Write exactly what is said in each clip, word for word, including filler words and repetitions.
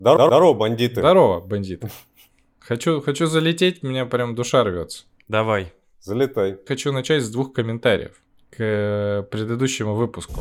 Здорово, здорово, бандиты. Здорово, бандиты. Хочу, хочу залететь, у меня прям душа рвется. Давай. Залетай. Хочу начать с двух комментариев к предыдущему выпуску.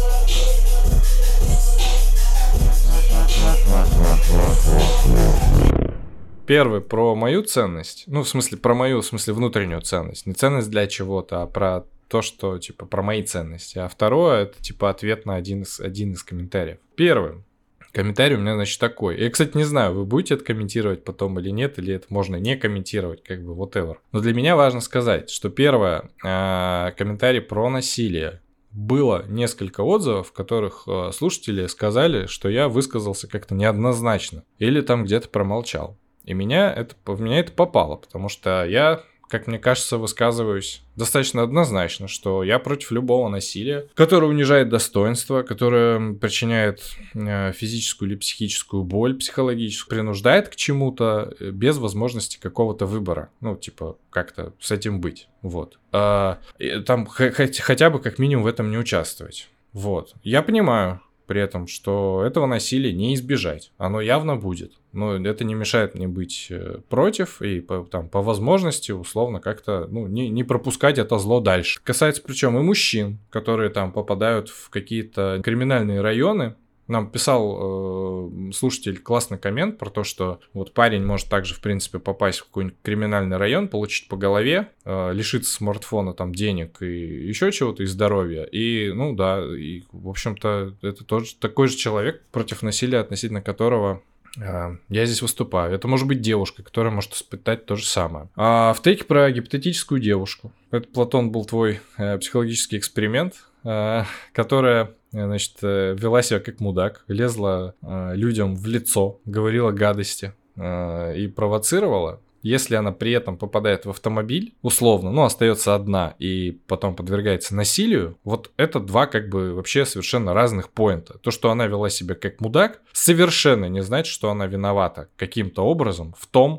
Первый про мою ценность. Ну, в смысле, про мою, в смысле, внутреннюю ценность. Не ценность для чего-то, а про то, что, типа, про мои ценности. А второе, это, типа, ответ на один из, один из комментариев. Первый комментарий у меня, значит, такой. Я, кстати, не знаю, вы будете это комментировать потом или нет, или это можно не комментировать, как бы, whatever. Но для меня важно сказать, что первое, э, комментарий про насилие. Было несколько отзывов, в которых э, слушатели сказали, что я высказался как-то неоднозначно или там где-то промолчал. И меня это, в меня это попало, потому что я, как мне кажется, высказываюсь достаточно однозначно, что я против любого насилия, которое унижает достоинство, которое причиняет э, физическую или психическую боль, психологическую, принуждает к чему-то без возможности какого-то выбора. Ну, типа, как-то с этим быть. Вот. А, там х- хотя бы как минимум в этом не участвовать. Вот. Я понимаю при этом, что этого насилия не избежать. Оно явно будет. Но это не мешает мне быть против и по, там, по возможности условно как-то ну, не, не пропускать это зло дальше. Касается причем и мужчин, которые там попадают в какие-то криминальные районы. Нам писал э, слушатель классный коммент про то, что вот парень может также, в принципе, попасть в какой-нибудь криминальный район, получить по голове, э, лишиться смартфона, там, денег и еще чего-то, и здоровья. И, ну да, и, в общем-то, это тоже такой же человек, против насилия, относительно которого э, я здесь выступаю. Это может быть девушка, которая может испытать то же самое. А в тейке про гипотетическую девушку. Это, Платон, был твой э, психологический эксперимент, э, которая... Значит, вела себя как мудак, лезла э, людям в лицо, говорила гадости э, и провоцировала. Если она при этом попадает в автомобиль, условно, ну, остается одна и потом подвергается насилию, вот это два как бы вообще совершенно разных поинта. То, что она вела себя как мудак, совершенно не значит, что она виновата каким-то образом в том,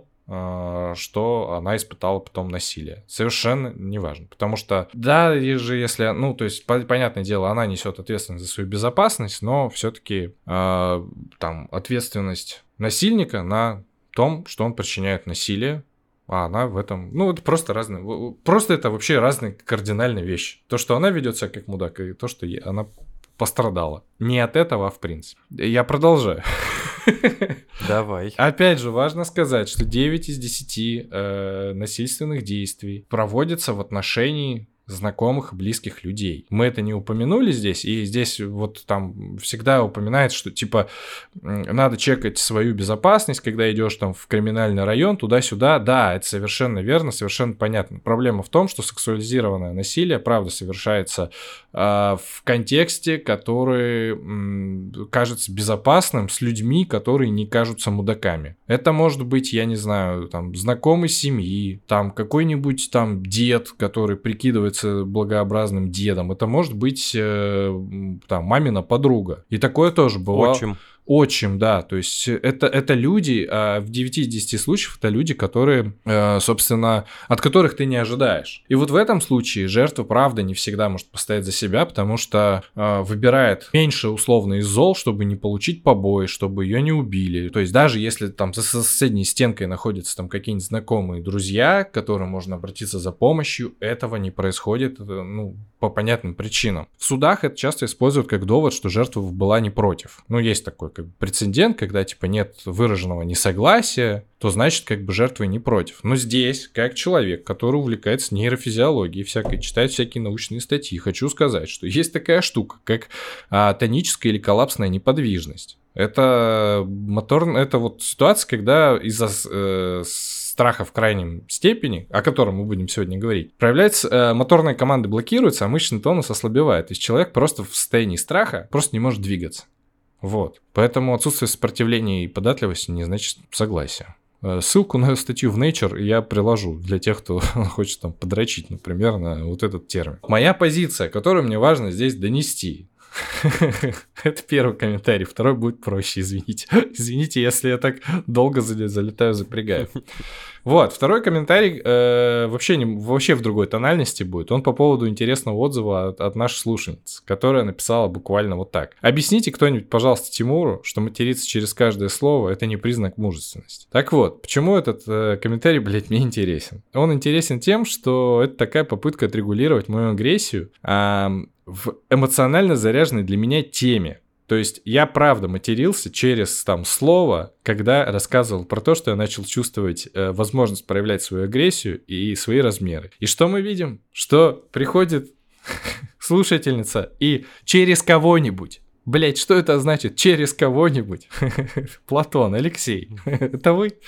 что она испытала потом насилие. Совершенно неважно. Потому что, да, же если, ну, то есть, понятное дело, она несет ответственность за свою безопасность, но все-таки э, там ответственность насильника на том, что он причиняет насилие, а она в этом... Ну, это просто разные... Просто это вообще разные кардинальные вещи. То, что она ведет себя как мудак, и то, что она пострадала. Не от этого, а в принципе. Я продолжаю. Давай. Опять же, важно сказать, что девять из десяти э, насильственных действий проводятся в отношении знакомых и близких людей. Мы это не упомянули здесь, и здесь вот там всегда упоминается, что типа надо чекать свою безопасность, когда идешь там в криминальный район, туда-сюда. Да, это совершенно верно, совершенно понятно. Проблема в том, что сексуализированное насилие, правда, совершается э, в контексте, который м, кажется безопасным с людьми, которые не кажутся мудаками. Это может быть, я не знаю, там, знакомый семьи, там, какой-нибудь там дед, который прикидывается благообразным дедом. Это может быть э, там, мамина подруга. И такое тоже бывало. Отчим. Отчим, да, то есть это, это люди, а в девять из десяти случаев это люди, которые, э, собственно, от которых ты не ожидаешь. И вот в этом случае жертва, правда, не всегда может постоять за себя, потому что э, выбирает меньше условно из зол, чтобы не получить побои, чтобы ее не убили. То есть даже если там за соседней стенкой находятся там какие-нибудь знакомые друзья, к которым можно обратиться за помощью, этого не происходит, ну, по понятным причинам. В судах это часто используют как довод, что жертва была не против. Ну, есть такой как бы прецедент, когда типа нет выраженного несогласия, то значит как бы жертва не против. Но здесь, как человек, который увлекается нейрофизиологией, всякой, читает всякие научные статьи, хочу сказать, что есть такая штука, как а, тоническая или коллапсная неподвижность. Это мотор, это вот ситуация, когда из-за э, страха в крайнем степени, о котором мы будем сегодня говорить, проявляется, э, моторная команда блокируется, а мышечный тонус ослабевает. То есть человек просто в состоянии страха просто не может двигаться. Вот. Поэтому отсутствие сопротивления и податливости не значит согласия. Ссылку на статью в Nature я приложу для тех, кто хочет там подрочить, например, на вот этот термин. Моя позиция, которую мне важно здесь донести, Это первый комментарий, второй будет проще, извините. Извините, если я так долго залетаю, запрягаю. Вот, второй комментарий э, вообще, не, вообще в другой тональности будет. Он по поводу интересного отзыва от, от нашей слушательницы, которая написала буквально вот так. Объясните кто-нибудь, пожалуйста, Тимуру, что материться через каждое слово — это не признак мужественности. Так вот, почему этот э, комментарий, блядь, мне интересен? Он интересен тем, что это такая попытка отрегулировать мою агрессию э, в эмоционально заряженной для меня теме. То есть я правда матерился через там слово, когда рассказывал про то, что я начал чувствовать э, возможность проявлять свою агрессию и свои размеры. И что мы видим? Что приходит слушательница и через кого-нибудь. Блять, что это значит? Через кого-нибудь. Платон, Алексей, это вы?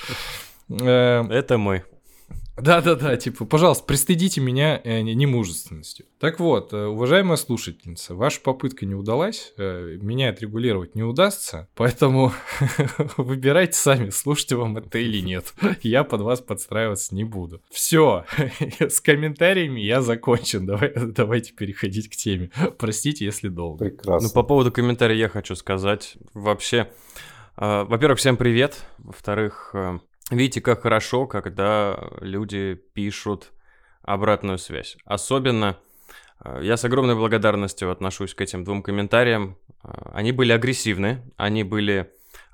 Это мы. Да-да-да, типа, пожалуйста, пристыдите меня э, немужественностью. Так вот, э, уважаемая слушательница, ваша попытка не удалась, э, меня отрегулировать не удастся, поэтому выбирайте сами, слушайте вам это или нет. Я под вас подстраиваться не буду. Все, с комментариями я закончен. Давай, давайте переходить к теме. Простите, если долго. Прекрасно. Ну, по поводу комментариев я хочу сказать. Вообще, э, во-первых, всем привет. Во-вторых, э, видите, как хорошо, когда люди пишут обратную связь. Особенно я с огромной благодарностью отношусь к этим двум комментариям. Они были агрессивны, они были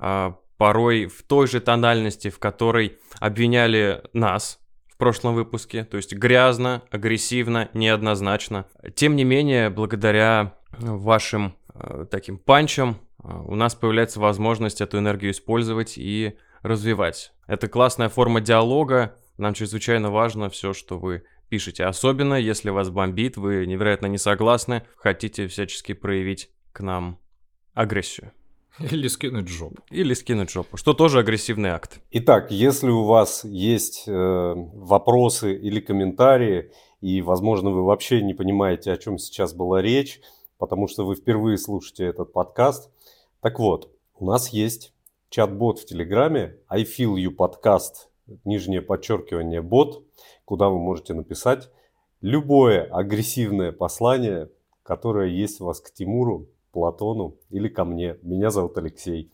порой в той же тональности, в которой обвиняли нас в прошлом выпуске. То есть грязно, агрессивно, неоднозначно. Тем не менее, благодаря вашим таким панчам у нас появляется возможность эту энергию использовать и развивать. Это классная форма диалога, нам чрезвычайно важно все, что вы пишете, особенно если вас бомбит, вы невероятно не согласны, хотите всячески проявить к нам агрессию. Или скинуть жопу. Или скинуть жопу, что тоже агрессивный акт. Итак, если у вас есть э, вопросы или комментарии, и, возможно, вы вообще не понимаете, о чем сейчас была речь, потому что вы впервые слушаете этот подкаст, так вот, у нас есть чат-бот в Телеграме, I feel you podcast, нижнее подчеркивание бот, куда вы можете написать любое агрессивное послание, которое есть у вас к Тимуру, Платону или ко мне. Меня зовут Алексей.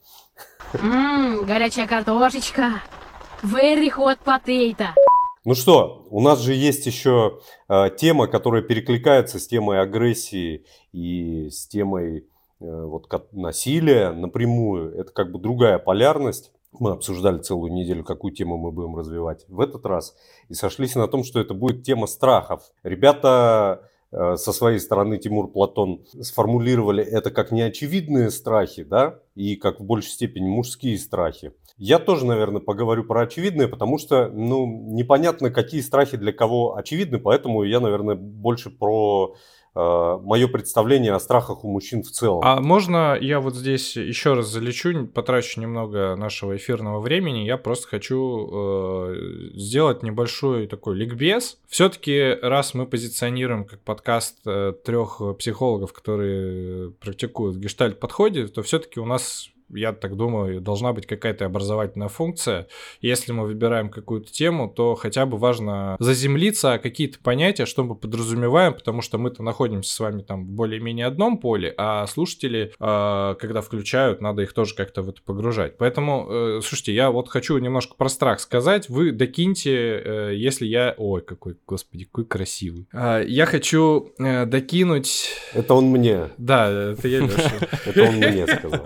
Ммм, горячая картошечка. Very hot potato. Ну что, у нас же есть еще э, тема, которая перекликается с темой агрессии и с темой вот насилие напрямую, это как бы другая полярность. Мы обсуждали целую неделю, какую тему мы будем развивать в этот раз, и сошлись на том, что это будет тема страхов. Ребята э, со своей стороны, Тимур, Платон, сформулировали это как неочевидные страхи, да, и как в большей степени мужские страхи. Я тоже, наверное, поговорю про очевидные, потому что, ну, непонятно, какие страхи для кого очевидны, поэтому я, наверное, больше про мое представление о страхах у мужчин в целом. А можно я вот здесь еще раз залечу, потрачу немного нашего эфирного времени? Я просто хочу э, сделать небольшой такой ликбез. Все-таки, раз мы позиционируем как подкаст э, трех психологов, которые практикуют в гештальт-подходе, то все-таки у нас, я так думаю, должна быть какая-то образовательная функция. Если мы выбираем какую-то тему, то хотя бы важно заземлиться, какие-то понятия, что мы подразумеваем, потому что мы-то находимся с вами там в более-менее одном поле, а слушатели, когда включают, надо их тоже как-то в это погружать. Поэтому, слушайте, я вот хочу немножко про страх сказать. Вы докиньте, если я... Ой, какой, господи, какой красивый. Я хочу докинуть... Это он мне. Да, это я, Леша. Это он мне сказал.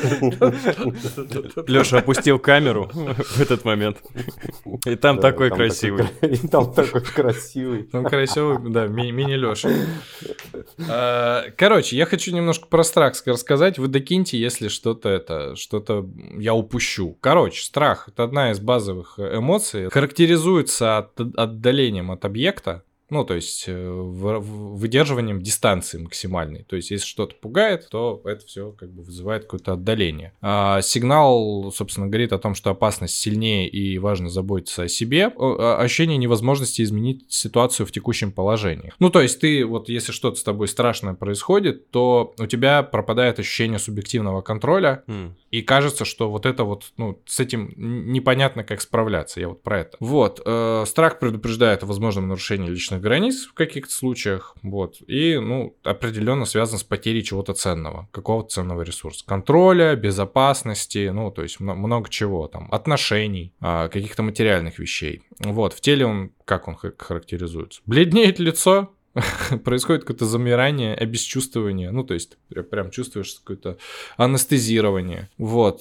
Леша опустил камеру в этот момент. И там Да, такой там красивый. такой- И там такой красивый. Он красивый, да, ми- мини-Лёша. Короче, я хочу немножко про страх рассказать. Вы докиньте, если что-то это, что-то я упущу. Короче, страх — это одна из базовых эмоций. Характеризуется от- отдалением от объекта. Ну, то есть э, в- в- выдерживанием дистанции максимальной. То есть, если что-то пугает, то это все как бы вызывает какое-то отдаление. А сигнал, собственно, говорит о том, что опасность сильнее и важно заботиться о себе. О- Ощущение невозможности изменить ситуацию в текущем положении. Ну, то есть, ты вот, если что-то с тобой страшное происходит, то у тебя пропадает ощущение субъективного контроля. М. И кажется, что вот это вот, ну, с этим непонятно, как справляться. Я вот про это. Вот. Э, страх предупреждает о возможном нарушении личных границ в каких-то случаях. Вот. И, ну, определенно связан с потерей чего-то ценного, какого-то ценного ресурса. Контроля, безопасности, ну, то есть много чего там. Отношений, э, каких-то материальных вещей. Вот. В теле он, как он характеризуется? Бледнеет лицо. Происходит какое-то замирание, обесчувствование, ну, то есть ты прям чувствуешь какое-то анестезирование. Вот.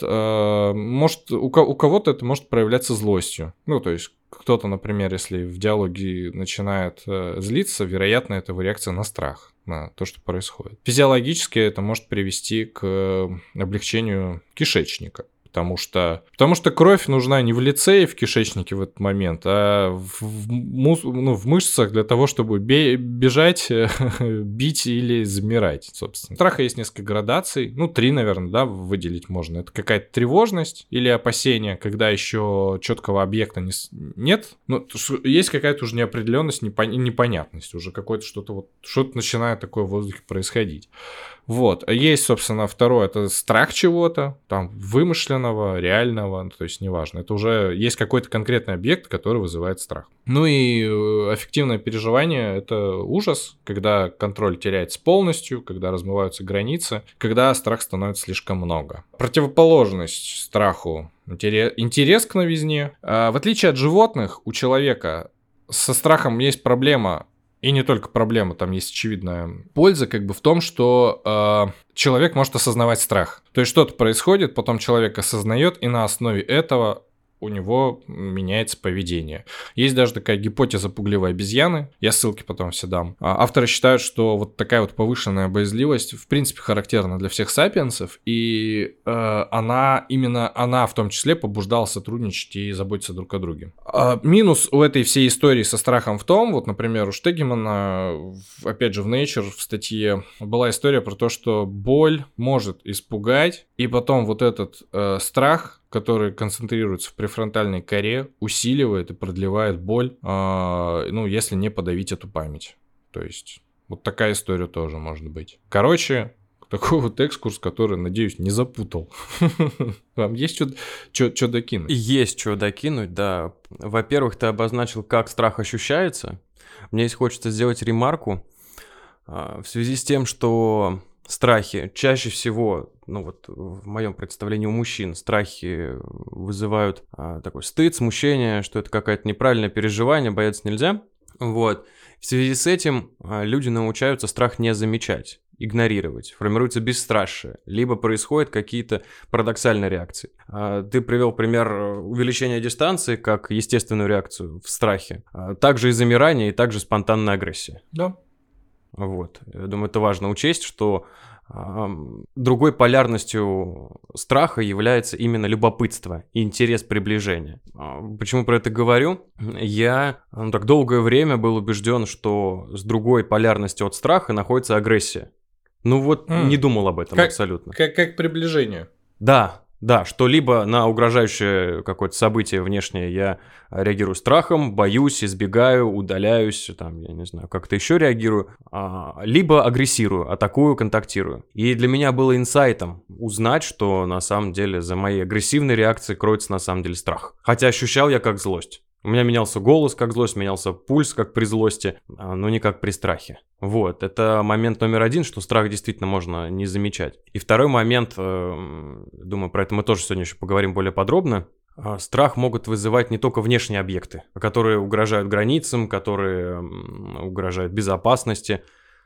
Может, у кого-то это может проявляться злостью. Ну, то есть кто-то, например, если в диалоге начинает злиться, вероятно, это его реакция на страх, на то, что происходит. Физиологически это может привести к облегчению кишечника. Потому что, потому что кровь нужна не в лице и в кишечнике в этот момент, а в, в, мус, ну, в мышцах для того, чтобы бе- бежать, бить или замирать, собственно. У страха есть несколько градаций, ну, три, наверное, да, выделить можно. Это какая-то тревожность или опасение, когда еще четкого объекта не, нет. Ну, есть какая-то уже неопределенность, непон, непонятность, уже какое-то что-то вот, что-то начинает такое в воздухе происходить. Вот. Есть, собственно, второе, это страх чего-то, там, вымышленного, реального, то есть неважно. Это уже есть какой-то конкретный объект, который вызывает страх. Ну и аффективное переживание — это ужас, когда контроль теряется полностью, когда размываются границы, когда страх становится слишком много. Противоположность страху — интерес к новизне. В отличие от животных, у человека со страхом есть проблема. И не только проблема, там есть очевидная польза как бы в том, что э, человек может осознавать страх. То есть что-то происходит, потом человек осознает, и на основе этого у него меняется поведение. Есть даже такая гипотеза пугливой обезьяны, я ссылки потом все дам. Авторы считают, что вот такая вот повышенная боязливость в принципе характерна для всех сапиенсов, и э, она, именно она в том числе побуждала сотрудничать и заботиться друг о друге. А минус у этой всей истории со страхом в том, вот, например, у Штегемана, опять же, в Nature в статье была история про то, что боль может испугать, и потом вот этот э, страх, который концентрируется в префронтальной коре, усиливает и продлевает боль, э, ну, если не подавить эту память. То есть вот такая история тоже может быть. Короче, такой вот экскурс, который, надеюсь, не запутал. Вам есть что докинуть? Есть что докинуть, да. Во-первых, ты обозначил, как страх ощущается. Мне здесь хочется сделать ремарку в связи с тем, что страхи чаще всего, ну вот в моем представлении у мужчин, страхи вызывают а, такой стыд, смущение, что это какое-то неправильное переживание, бояться нельзя. Вот. В связи с этим а, люди научаются страх не замечать, игнорировать, формируется бесстрашие, либо происходят какие-то парадоксальные реакции. А, ты привел пример увеличения дистанции как естественную реакцию в страхе, а, также и замирание, и также спонтанная агрессия. Да. Вот. Я думаю, это важно учесть, что э, другой полярностью страха является именно любопытство и интерес приближения. Почему про это говорю? Я ну, так долгое время был убежден, что с другой полярностью от страха находится агрессия. Ну вот mm. не думал об этом как, абсолютно. Как, как приближение. Да. Да, что либо на угрожающее какое-то событие внешнее я реагирую страхом, боюсь, избегаю, удаляюсь, там, я не знаю, как-то еще реагирую, а, либо агрессирую, атакую, контактирую. И для меня было инсайтом узнать, что на самом деле за моей агрессивной реакцией кроется на самом деле страх. Хотя ощущал я как злость. У меня менялся голос как злость, менялся пульс как при злости, но не как при страхе. Вот, это момент номер один, что страх действительно можно не замечать. И второй момент, думаю, про это мы тоже сегодня еще поговорим более подробно. Страх могут вызывать не только внешние объекты, которые угрожают границам, которые угрожают безопасности,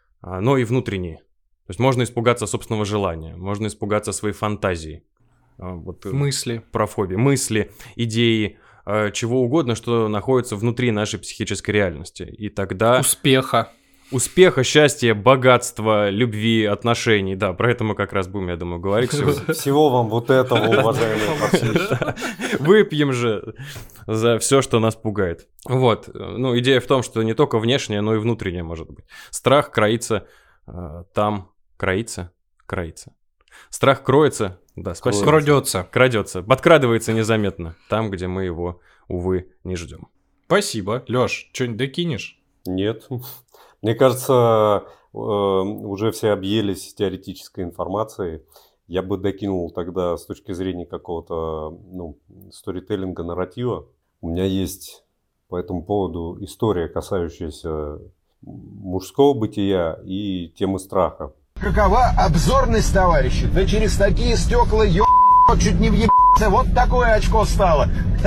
но и внутренние. То есть можно испугаться собственного желания, можно испугаться своей фантазии. Вот, мысли. Про фобии. Мысли, идеи, чего угодно, что находится внутри нашей психической реальности. И тогда... Успеха. Успеха, счастья, богатства, любви, отношений. Да, про это мы как раз будем, я думаю, говорить сегодня. Всего вам вот этого, уважаемые подписчики. Выпьем же за все, что нас пугает. Вот. Ну, идея в том, что не только внешнее, но и внутреннее может быть. Страх кроится э, там. Кроится? Кроится. Страх кроется. Да, спасибо. Крадется. Крадется. Подкрадывается незаметно. Там, где мы его, увы, не ждем. Спасибо. Лёш, что-нибудь докинешь? Нет. Мне кажется, уже все объелись теоретической информацией. Я бы докинул тогда с точки зрения какого-то, ну, сторителлинга, нарратива. У меня есть по этому поводу история, касающаяся мужского бытия и темы страха. Какова обзорность, товарищи? Да через такие стекла ё... чуть не въебаться, вот такое очко стало.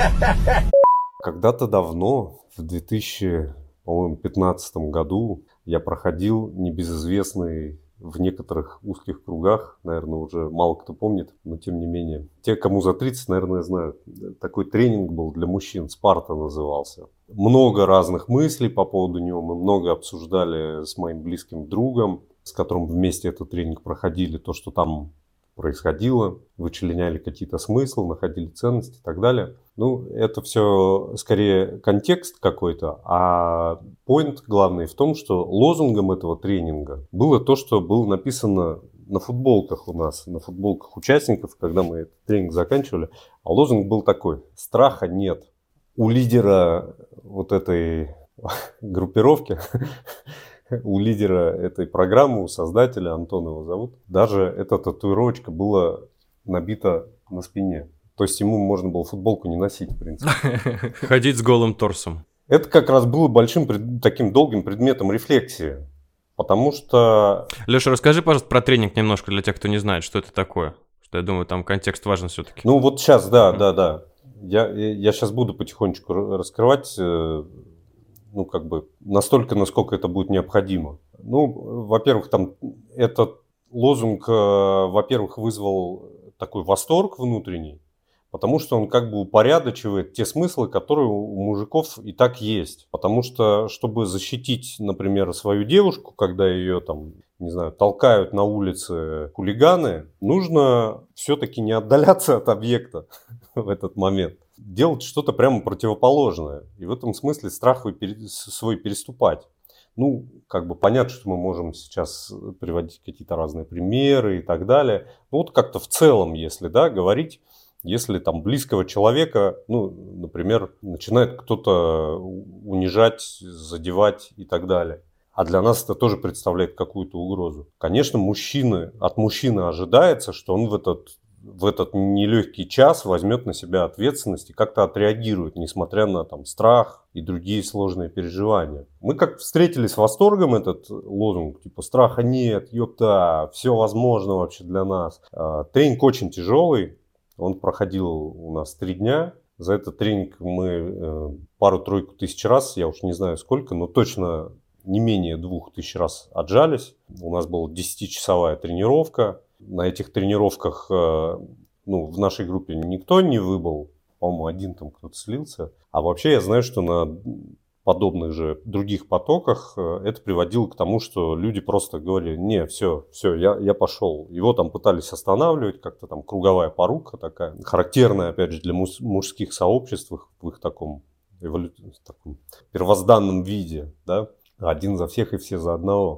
Когда-то давно, в две тысячи пятнадцатом году, я проходил небезызвестный в некоторых узких кругах, наверное, уже мало кто помнит, но тем не менее. Те, кому за тридцать, наверное, знают. Такой тренинг был для мужчин, «Спарта» назывался. Много разных мыслей по поводу него, мы много обсуждали с моим близким другом, с которым вместе этот тренинг проходили, то, что там происходило, вычленяли какие-то смыслы, находили ценности и так далее. Ну, это все скорее контекст какой-то, а поинт главный в том, что лозунгом этого тренинга было то, что было написано на футболках у нас, на футболках участников, когда мы этот тренинг заканчивали. А лозунг был такой: страха нет. У лидера вот этой группировки, у лидера этой программы, у создателя, Антон его зовут, даже эта татуировочка была набита на спине. То есть ему можно было футболку не носить, в принципе. Ходить с голым торсом. Это как раз было большим пред... таким долгим предметом рефлексии. Потому что... Леша, расскажи, пожалуйста, про тренинг немножко для тех, кто не знает, что это такое. Что я думаю, там контекст важен все-таки. Ну вот сейчас, да, да, да. Я, я сейчас буду потихонечку раскрывать, ну как бы настолько, насколько это будет необходимо. Ну, во-первых, там этот лозунг, во-первых, вызвал такой восторг внутренний, потому что он как бы упорядочивает те смыслы, которые у мужиков и так есть. Потому что, чтобы защитить, например, свою девушку, когда ее там, не знаю, толкают на улице хулиганы, нужно все-таки не отдаляться от объекта в этот момент. Делать что-то прямо противоположное. И в этом смысле страх свой переступать. Ну, как бы понятно, что мы можем сейчас приводить какие-то разные примеры и так далее. Ну, вот как-то в целом, если, да, говорить, если там близкого человека, ну, например, начинает кто-то унижать, задевать и так далее. А для нас это тоже представляет какую-то угрозу. Конечно, мужчины, от мужчины ожидается, что он в этот, в этот нелегкий час возьмет на себя ответственность и как-то отреагирует, несмотря на там, страх и другие сложные переживания. Мы как встретили с восторгом этот лозунг, типа страха нет, ёпта, все возможно вообще для нас. Тренинг очень тяжелый. Он проходил у нас три дня. За этот тренинг мы э, пару-тройку тысяч раз, я уж не знаю сколько, но точно не менее двух тысяч раз отжались. У нас была десятичасовая тренировка. На этих тренировках э, ну, в нашей группе никто не выбыл. По-моему, один там кто-то слился. А вообще я знаю, что на подобных же других потоках это приводило к тому, что люди просто говорили: не, все, все, я, я пошел. Его там пытались останавливать, как-то там круговая порука такая, характерная, опять же, для муж, мужских сообществ в их таком, эволю... таком первозданном виде, да, один за всех и все за одного.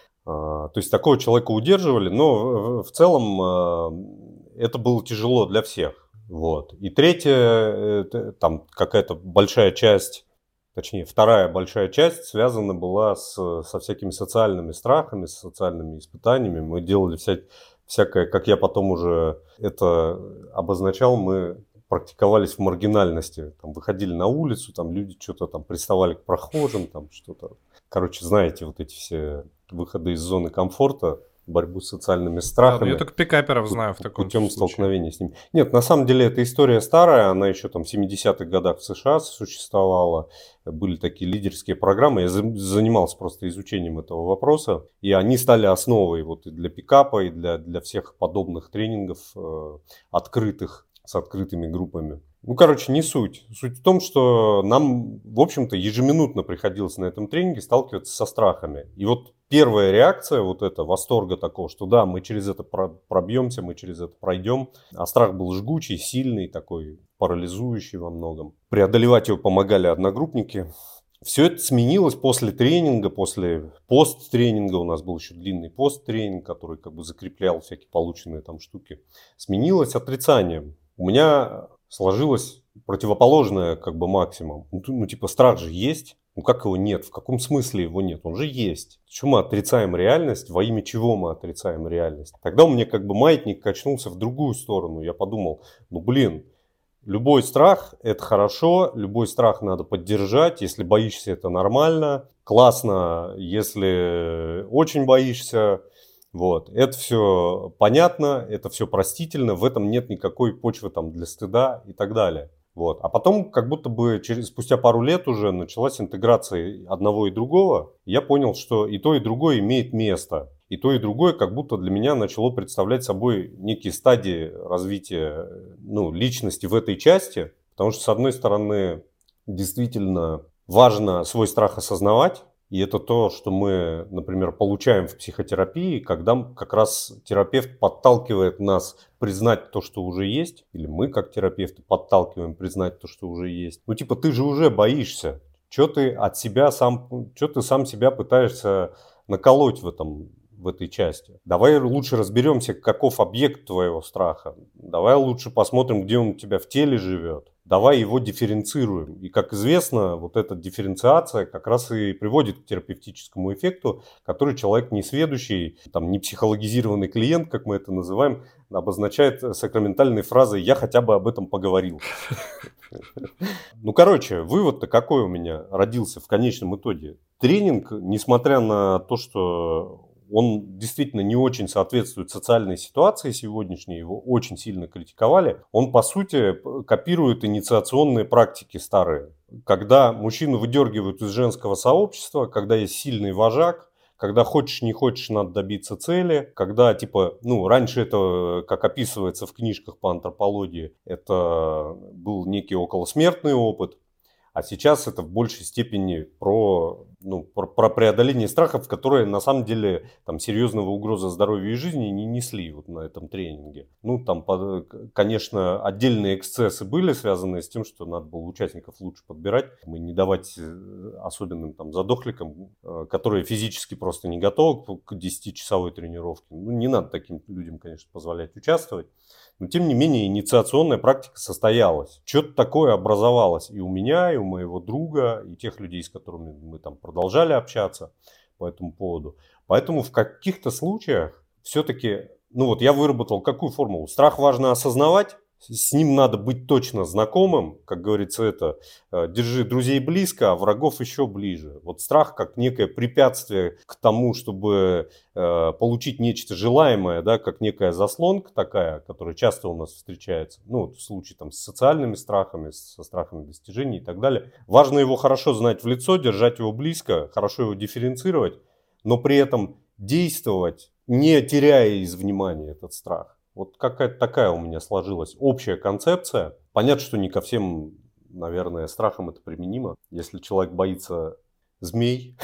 А, то есть такого человека удерживали, но в целом а, это было тяжело для всех. Вот. И третье, там какая-то большая часть, точнее, вторая большая часть связана была с, со всякими социальными страхами, с социальными испытаниями. Мы делали вся, всякое, как я потом уже это обозначал, мы практиковались в маргинальности. Там, выходили на улицу, там люди что-то там приставали к прохожим, там что-то. Короче, знаете, вот эти все выходы из зоны комфорта, борьбу с социальными страхами. Да, я только пикаперов знаю в таком путем случае. Столкновения с ними. Нет, на самом деле эта история старая, она еще там в семидесятых годах в США существовала. Были такие лидерские программы. Я занимался просто изучением этого вопроса. И они стали основой вот и для пикапа, и для, для всех подобных тренингов э, открытых, с открытыми группами. Ну, короче, не суть. Суть в том, что нам, в общем-то, ежеминутно приходилось на этом тренинге сталкиваться со страхами. И вот первая реакция, вот это восторга такого, что да, мы через это пробьемся, мы через это пройдем. А страх был жгучий, сильный, такой парализующий во многом. Преодолевать его помогали одногруппники. Все это сменилось после тренинга, после пост-тренинга. У нас был еще длинный пост-тренинг, который как бы закреплял всякие полученные там штуки. Сменилось отрицанием. У меня сложилось противоположное как бы максимум. Ну, ну, типа, страх же есть, Ну как его нет? В каком смысле его нет? Он же есть. Почему мы отрицаем реальность? Во имя чего мы отрицаем реальность? Тогда у меня как бы маятник качнулся в другую сторону. Я подумал, ну блин, любой страх – это хорошо, любой страх надо поддержать. Если боишься, это нормально. Классно, если очень боишься. Вот. Это все понятно, это все простительно, в этом нет никакой почвы там, для стыда и так далее. Вот. А потом, как будто бы через, спустя пару лет уже началась интеграция одного и другого. Я понял, что и то, и другое имеет место. И то, и другое как будто для меня начало представлять собой некие стадии развития ну, личности в этой части. Потому что, с одной стороны, действительно важно свой страх осознавать. И это то, что мы, например, получаем в психотерапии, когда как раз терапевт подталкивает нас признать то, что уже есть, или мы, как терапевты, подталкиваем признать то, что уже есть. Ну, типа, ты же уже боишься. Что ты от себя сам, что ты сам себя пытаешься наколоть в этом, в этой части? Давай лучше разберемся, каков объект твоего страха. Давай лучше посмотрим, где он у тебя в теле живет. Давай его дифференцируем. И, как известно, вот эта дифференциация как раз и приводит к терапевтическому эффекту, который человек несведущий, там, не психологизированный клиент, как мы это называем, обозначает сакраментальной фразой «я хотя бы об этом поговорил». Ну, короче, вывод-то какой у меня родился в конечном итоге. Тренинг, несмотря на то, что он действительно не очень соответствует социальной ситуации сегодняшней, его очень сильно критиковали. Он, по сути, копирует инициационные практики старые. Когда мужчину выдергивают из женского сообщества, когда есть сильный вожак, когда хочешь, не хочешь, надо добиться цели, когда, типа, ну, раньше это, как описывается в книжках по антропологии, это был некий околосмертный опыт. А сейчас это в большей степени про, ну, про, про преодоление страхов, которые на самом деле там, серьезного угрозы здоровью и жизни не несли вот на этом тренинге. Ну, там, конечно, отдельные эксцессы были, связанные с тем, что надо было участников лучше подбирать, и не давать особенным там, задохликам, которые физически просто не готовы к десятичасовой тренировке. Ну, не надо таким людям, конечно, позволять участвовать. Но, тем не менее, инициационная практика состоялась. Что-то такое образовалось и у меня, и у моего друга, и тех людей, с которыми мы там продолжали общаться по этому поводу. Поэтому в каких-то случаях все-таки, ну вот я выработал какую формулу? Страх важно осознавать, с ним надо быть точно знакомым, как говорится, это держи друзей близко, а врагов еще ближе. Вот страх как некое препятствие к тому, чтобы э, получить нечто желаемое, да, как некая заслонка такая, которая часто у нас встречается, ну, в случае там с социальными страхами, со страхами достижений и так далее. Важно его хорошо знать в лицо, держать его близко, хорошо его дифференцировать, но при этом действовать, не теряя из внимания этот страх. Вот какая-то такая у меня сложилась общая концепция. Понятно, что не ко всем, наверное, страхам это применимо. Если человек боится змей,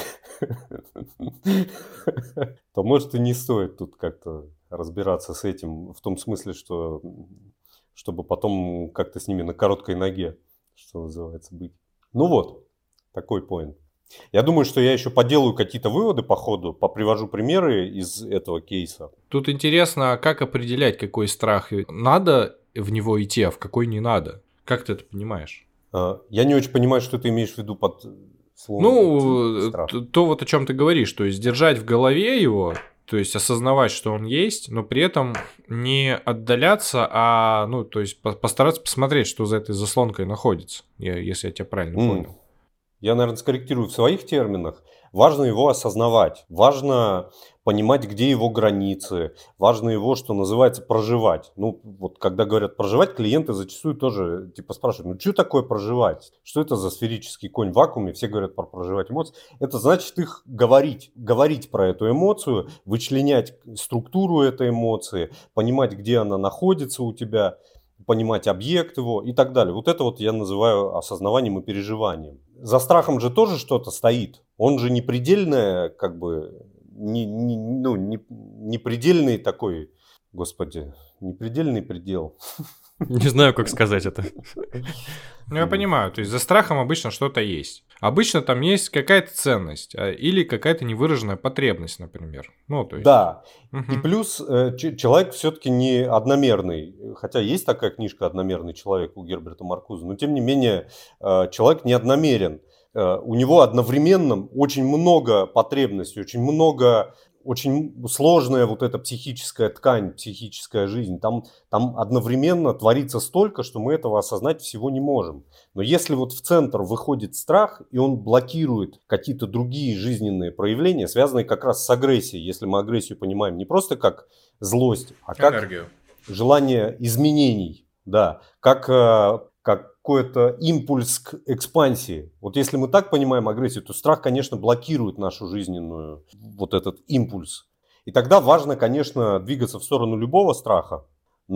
то, может, и не стоит тут как-то разбираться с этим. В том смысле, что чтобы потом как-то с ними на короткой ноге, что называется, быть. Ну вот, такой поинт. Я думаю, что я еще поделаю какие-то выводы по ходу, попривожу примеры из этого кейса. Тут интересно, как определять, какой страх надо в него идти, а в какой не надо. Как ты это понимаешь? Я не очень понимаю, что ты имеешь в виду под словом ну, страх. То, то вот о чем ты говоришь, то есть держать в голове его, то есть осознавать, что он есть, но при этом не отдаляться, а ну, то есть постараться посмотреть, что за этой заслонкой находится, если я тебя правильно mm. понял. Я, наверное, скорректирую в своих терминах. Важно его осознавать, важно понимать, где его границы, важно его, что называется, проживать. Ну, вот когда говорят проживать, клиенты зачастую тоже типа спрашивают, ну, что такое проживать? Что это за сферический конь в вакууме? Все говорят про проживать эмоции. Это значит их говорить, говорить про эту эмоцию, вычленять структуру этой эмоции, понимать, где она находится у тебя, понимать объект его и так далее. Вот это вот я называю осознаванием и переживанием. За страхом же тоже что-то стоит. Он же не предельное, как бы, не, не, ну, не, не предельный такой, господи, не предельный предел. Не знаю, как сказать это. Ну, я понимаю, то есть за страхом обычно что-то есть. Обычно там есть какая-то ценность или какая-то невыраженная потребность, например. Ну, то есть... Да, угу. И плюс э, человек все-таки не одномерный, хотя есть такая книжка «Одномерный человек» у Герберта Маркуза, но тем не менее э, человек не одномерен. у него одновременно очень много потребностей, очень много, очень сложная вот эта психическая ткань, психическая жизнь. Там, там одновременно творится столько, что мы этого осознать всего не можем. Но если вот в центр выходит страх, и он блокирует какие-то другие жизненные проявления, связанные как раз с агрессией, если мы агрессию понимаем не просто как злость, а как энергию, желание изменений, да, как, как какой-то импульс к экспансии. Вот если мы так понимаем агрессию, то страх, конечно, блокирует нашу жизненную, вот этот импульс. И тогда важно, конечно, двигаться в сторону любого страха.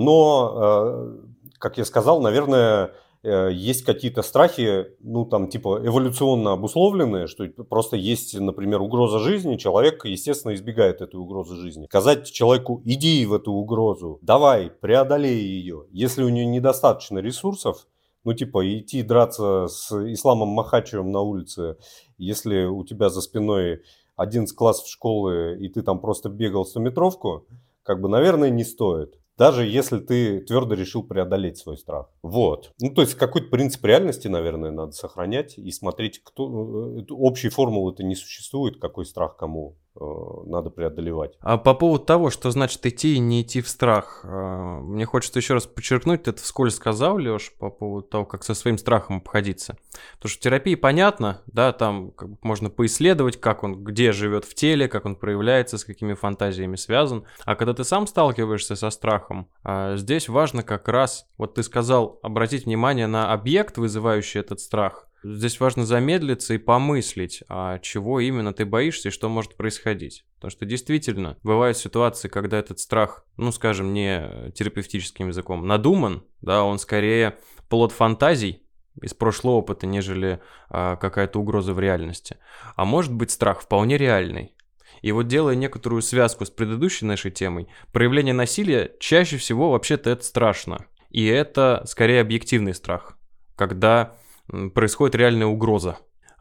Но, как я сказал, наверное, есть какие-то страхи, ну, там, типа, эволюционно обусловленные, что просто есть, например, угроза жизни, человек, естественно, избегает этой угрозы жизни. Сказать человеку, иди в эту угрозу, давай, преодолей ее. Если у нее недостаточно ресурсов, ну, типа, идти драться с Исламом Махачевым на улице, если у тебя за спиной одиннадцать классов школы, и ты там просто бегал стометровку, как бы, наверное, не стоит. Даже если ты твердо решил преодолеть свой страх. Вот. Ну, то есть, какой-то принцип реальности, наверное, надо сохранять и смотреть, кто... Общей формулы-то не существует, какой страх кому надо преодолевать. А по поводу того, что значит идти и не идти в страх, мне хочется еще раз подчеркнуть, ты это вскользь сказал, Леш, по поводу того, как со своим страхом обходиться. Потому что в терапии понятно, да, там как бы можно поисследовать, как он, где живет в теле, как он проявляется, с какими фантазиями связан. А когда ты сам сталкиваешься со страхом, здесь важно как раз, вот ты сказал, обратить внимание на объект, вызывающий этот страх. Здесь важно замедлиться и помыслить, а чего именно ты боишься и что может происходить. Потому что действительно бывают ситуации, когда этот страх, ну скажем, не терапевтическим языком, надуман, да, он скорее плод фантазий из прошлого опыта, нежели а, какая-то угроза в реальности. А может быть страх вполне реальный. И вот делая некоторую связку с предыдущей нашей темой, проявление насилия чаще всего вообще-то это страшно. И это скорее объективный страх, когда происходит реальная угроза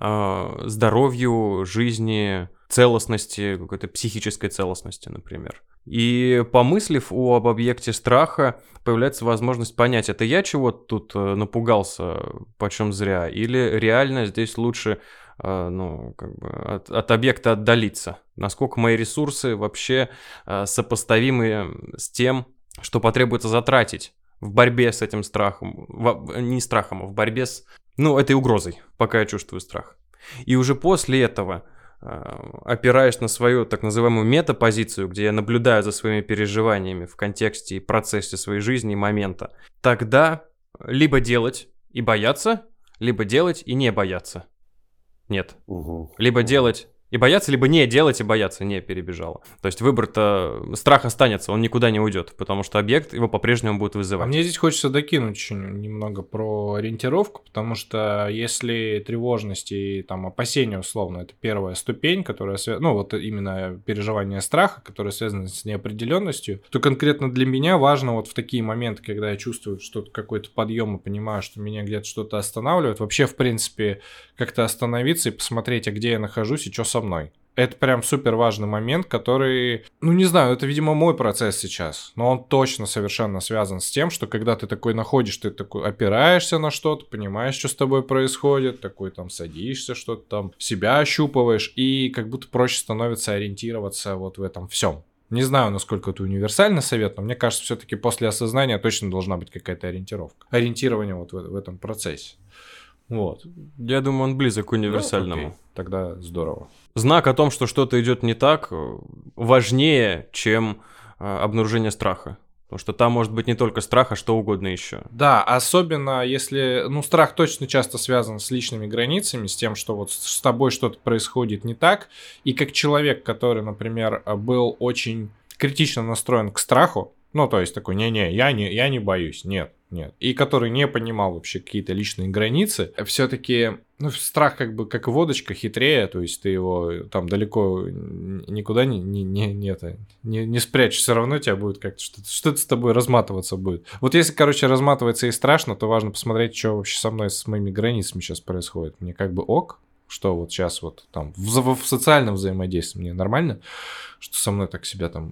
э, здоровью, жизни, целостности, какой-то психической целостности, например. И помыслив об объекте страха, появляется возможность понять, это я чего-то тут напугался, почем зря, или реально здесь лучше э, ну, как бы от, от объекта отдалиться. Насколько мои ресурсы вообще э, сопоставимы с тем, что потребуется затратить в борьбе с этим страхом, в, не страхом, а в борьбе с, ну, этой угрозой, пока я чувствую страх. И уже после этого, опираясь на свою так называемую метапозицию, где я наблюдаю за своими переживаниями в контексте и процессе своей жизни и момента, тогда либо делать и бояться, либо делать и не бояться. Нет. Угу. Либо делать и бояться, либо не делать и бояться, не перебежало. То есть выбор-то, страх останется, он никуда не уйдет, потому что объект его по-прежнему будет вызывать. А мне здесь хочется докинуть еще немного про ориентировку, потому что если тревожность и там опасения, условно, это первая ступень, которая связана, ну вот именно переживание страха, которое связано с неопределенностью, то конкретно для меня важно вот в такие моменты, когда я чувствую что-то, какой-то подъем и понимаю, что меня где-то что-то останавливает, вообще, в принципе, как-то остановиться и посмотреть, а где я нахожусь и что со мной. Это прям супер важный момент, который, ну не знаю, это, видимо, мой процесс сейчас, но он точно совершенно связан с тем, что когда ты такой находишь, ты такой опираешься на что-то, понимаешь, что с тобой происходит, такой там садишься, что-то там себя ощупываешь, и как будто проще становится ориентироваться вот в этом всем. Не знаю, насколько это универсальный совет, но мне кажется, все-таки после осознания точно должна быть какая-то ориентировка. Ориентирование вот в, в этом процессе. Вот. Я думаю, он близок к универсальному. Ну, окей. Тогда здорово. Знак о том, что что-то идет не так, важнее, чем обнаружение страха. Потому что там может быть не только страх, а что угодно еще. Да, особенно если, ну, страх точно часто связан с личными границами, с тем, что вот с тобой что-то происходит не так. И как человек, который, например, был очень критично настроен к страху, ну, то есть такой, не-не, я не, я не боюсь, нет, нет. И который не понимал вообще какие-то личные границы, все-таки, ну, страх как бы как водочка хитрее, то есть ты его там далеко никуда не, не, не, не, это, не, не спрячешь, все равно тебя будет как-то, что-то, что-то с тобой разматываться будет. Вот если, короче, разматывается и страшно, то важно посмотреть, что вообще со мной, с моими границами сейчас происходит. Мне как бы ок, что вот сейчас вот там в, в социальном взаимодействии мне нормально, что со мной так себя там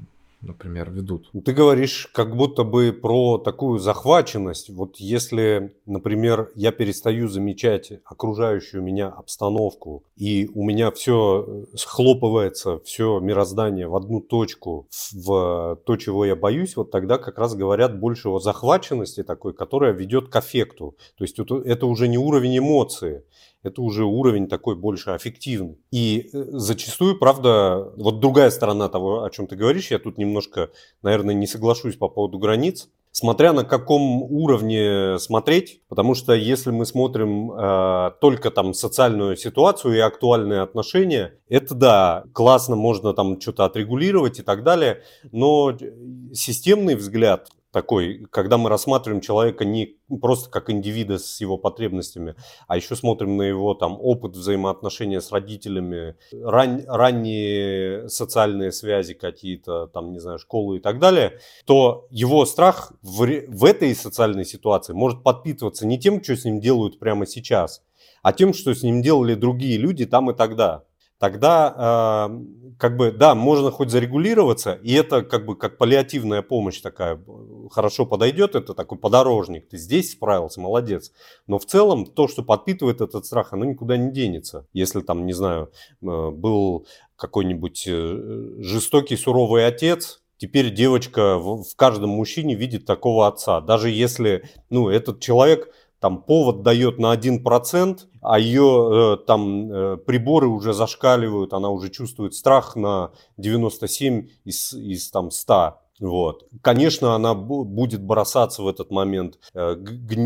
например, ведут. Ты говоришь как будто бы про такую захваченность. Вот если, например, я перестаю замечать окружающую меня обстановку, и у меня все схлопывается, все мироздание в одну точку, в то, чего я боюсь, вот тогда как раз говорят больше о захваченности такой, которая ведет к аффекту. То есть это, это уже не уровень эмоции. Это уже уровень такой больше аффективный. И зачастую, правда, вот другая сторона того, о чем ты говоришь, я тут немножко, наверное, не соглашусь по поводу границ. Смотря на каком уровне смотреть, потому что если мы смотрим э, только там социальную ситуацию и актуальные отношения, это да, классно, можно там что-то отрегулировать и так далее, но системный взгляд такой, когда мы рассматриваем человека не просто как индивида с его потребностями, а еще смотрим на его там опыт взаимоотношения с родителями, ран, ранние социальные связи какие-то, там, не знаю, школы и так далее, то его страх в, в этой социальной ситуации может подпитываться не тем, что с ним делают прямо сейчас, а тем, что с ним делали другие люди там и тогда. Тогда, э, как бы, да, можно хоть зарегулироваться, и это как бы как паллиативная помощь такая хорошо подойдет, это такой подорожник, ты здесь справился, молодец. Но в целом то, что подпитывает этот страх, оно никуда не денется. Если там, не знаю, э, был какой-нибудь жестокий, суровый отец, теперь девочка в, в каждом мужчине видит такого отца. Даже если, ну, этот человек... там повод дает на один процент, а ее э, там э, приборы уже зашкаливают, она уже чувствует страх на девяносто семь из, из там, ста. Вот. Конечно, она будет бросаться в этот момент, э,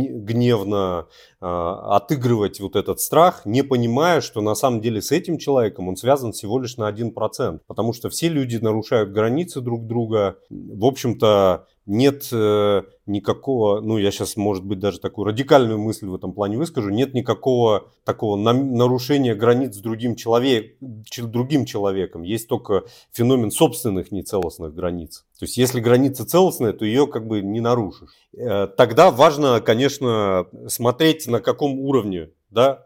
гневно э, отыгрывать вот этот страх, не понимая, что на самом деле с этим человеком он связан всего лишь на один процент. Потому что все люди нарушают границы друг друга. В общем-то, нет э, никакого, ну я сейчас, может быть, даже такую радикальную мысль в этом плане выскажу, нет никакого такого на, нарушения границ с другим, человек, ч, другим человеком. Есть только феномен собственных нецелостных границ. То есть если граница целостная, то ее как бы не нарушишь. Э, тогда важно, конечно, смотреть на каком уровне. Да,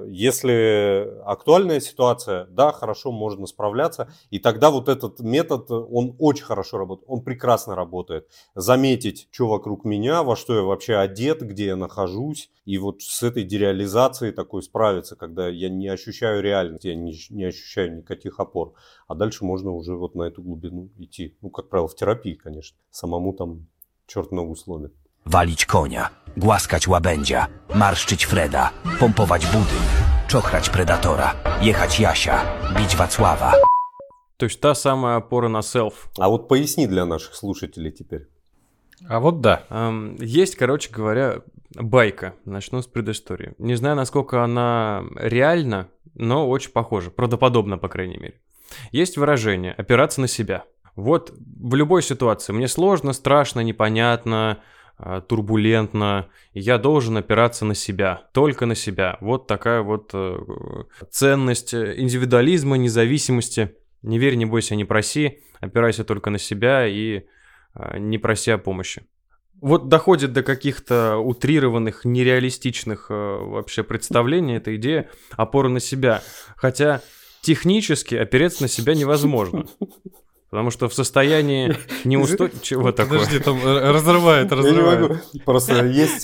если актуальная ситуация, да, хорошо, можно справляться. И тогда вот этот метод, он очень хорошо работает, он прекрасно работает. Заметить, что вокруг меня, во что я вообще одет, где я нахожусь. И вот с этой дереализацией такой справиться, когда я не ощущаю реальность, я не, не ощущаю никаких опор. А дальше можно уже вот на эту глубину идти. Ну, как правило, в терапии, конечно. Samemu tam черт ногу сломит. Walić konia, głaskać łabędzia, marszczyć Freda, pompować budyń, czochrać predatora, jechać Jasia, bić Wacława. То есть та самая опора на селф. А вот поясни для наших слушателей теперь. А вот да. Эм, есть, короче говоря, байка. Начну с предыстории. Не знаю, насколько она реальна, но очень похожа. Правдоподобно, по крайней мере. Есть выражение «опираться на себя». Вот в любой ситуации мне сложно, страшно, непонятно, турбулентно, я должен опираться на себя, только на себя. Вот такая вот э, ценность индивидуализма, независимости. Не верь, не бойся, не проси, опирайся только на себя и э, не проси о помощи. Вот доходит до каких-то утрированных, нереалистичных э, вообще представлений эта идея опоры на себя. Хотя технически опереться на себя невозможно. Потому что в состоянии неустойчивого... Чего такое? Подожди, там разрывает, разрывает. Просто есть,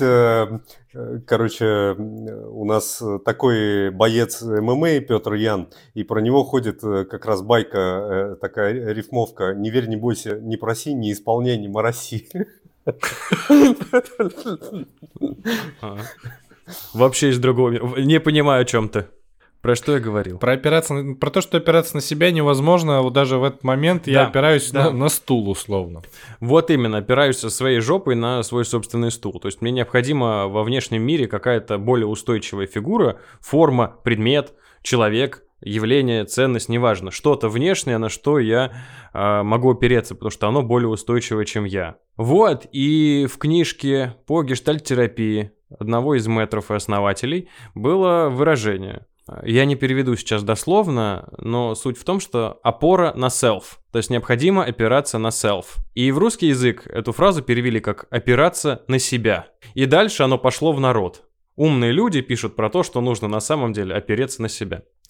короче, у нас такой боец ММА Петр Ян, и про него ходит как раз байка, такая рифмовка: «Не верь, не бойся, не проси, не исполняй, не мороси». Вообще из другого мира. Не понимаю, о чем ты. Про что я говорил? Про опираться, про то, что опираться на себя невозможно. Вот даже в этот момент да, я опираюсь да. на, на стул условно. Вот именно, опираюсь со своей жопой на свой собственный стул. То есть мне необходима во внешнем мире какая-то более устойчивая фигура, форма, предмет, человек, явление, ценность, неважно. Что-то внешнее, на что я э, могу опереться, потому что оно более устойчивое, чем я. Вот, и в книжке по гештальт-терапии одного из мэтров и основателей было выражение. Я не переведу сейчас дословно, но суть в том, что опора на self, то есть необходимо опираться на self. И в русский язык эту фразу перевели как «опираться на себя». И дальше оно пошло в народ. Умные люди пишут про то, что нужно на самом деле опереться на себя.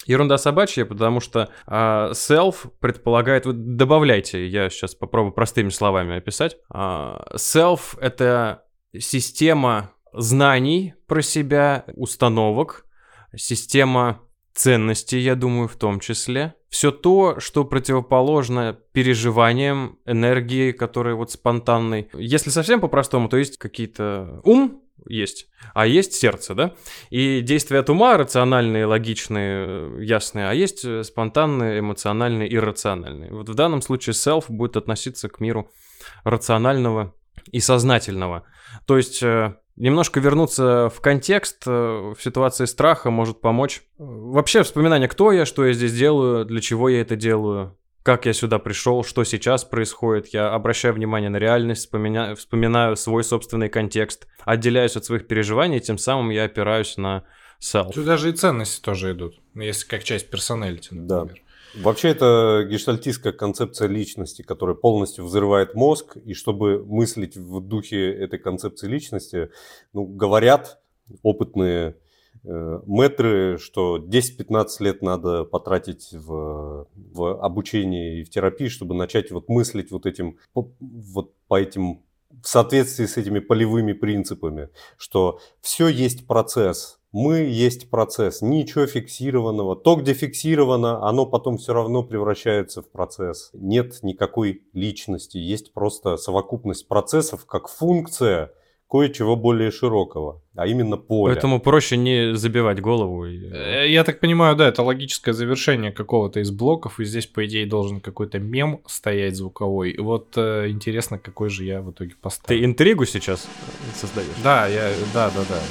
Ерунда собачья, потому что а, self предполагает... Вот добавляйте, я сейчас попробую простыми словами описать. А, self — это система знаний про себя, установок, система ценностей, я думаю, в том числе. Все то, что противоположно переживаниям, энергии, которые вот спонтанной. Если совсем по-простому, то есть какие-то ум, есть, а есть сердце, да? И действия от ума рациональные, логичные, ясные, а есть спонтанные, эмоциональные, иррациональные. Вот в данном случае self будет относиться к миру рационального и сознательного. То есть немножко вернуться в контекст, в ситуации страха может помочь вообще вспоминание, кто я, что я здесь делаю, для чего я это делаю. Как я сюда пришел, что сейчас происходит. Я обращаю внимание на реальность, вспоминаю, вспоминаю свой собственный контекст, отделяюсь от своих переживаний, тем самым я опираюсь на self. Тут даже и ценности тоже идут, если как часть персоналити, например. Да. Вообще это гештальтистская концепция личности, которая полностью взрывает мозг, и чтобы мыслить в духе этой концепции личности, ну, говорят опытные мэтры, что десять-пятнадцать лет надо потратить в, в обучении и в терапии, чтобы начать вот мыслить вот этим, вот по этим, в соответствии с этими полевыми принципами, что все есть процесс, мы есть процесс, ничего фиксированного. То, где фиксировано, оно потом все равно превращается в процесс. Нет никакой личности, есть просто совокупность процессов как функция кое-чего более широкого, а именно поле. Поэтому проще не забивать голову. И... Я так понимаю, да, это логическое завершение какого-то из блоков, и здесь, по идее, должен какой-то мем стоять звуковой. И вот э, интересно, какой же я в итоге поставлю. Ты интригу сейчас создаешь? Да, я, да, да, да.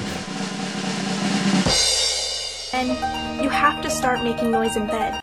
And you have to start making noise in bed.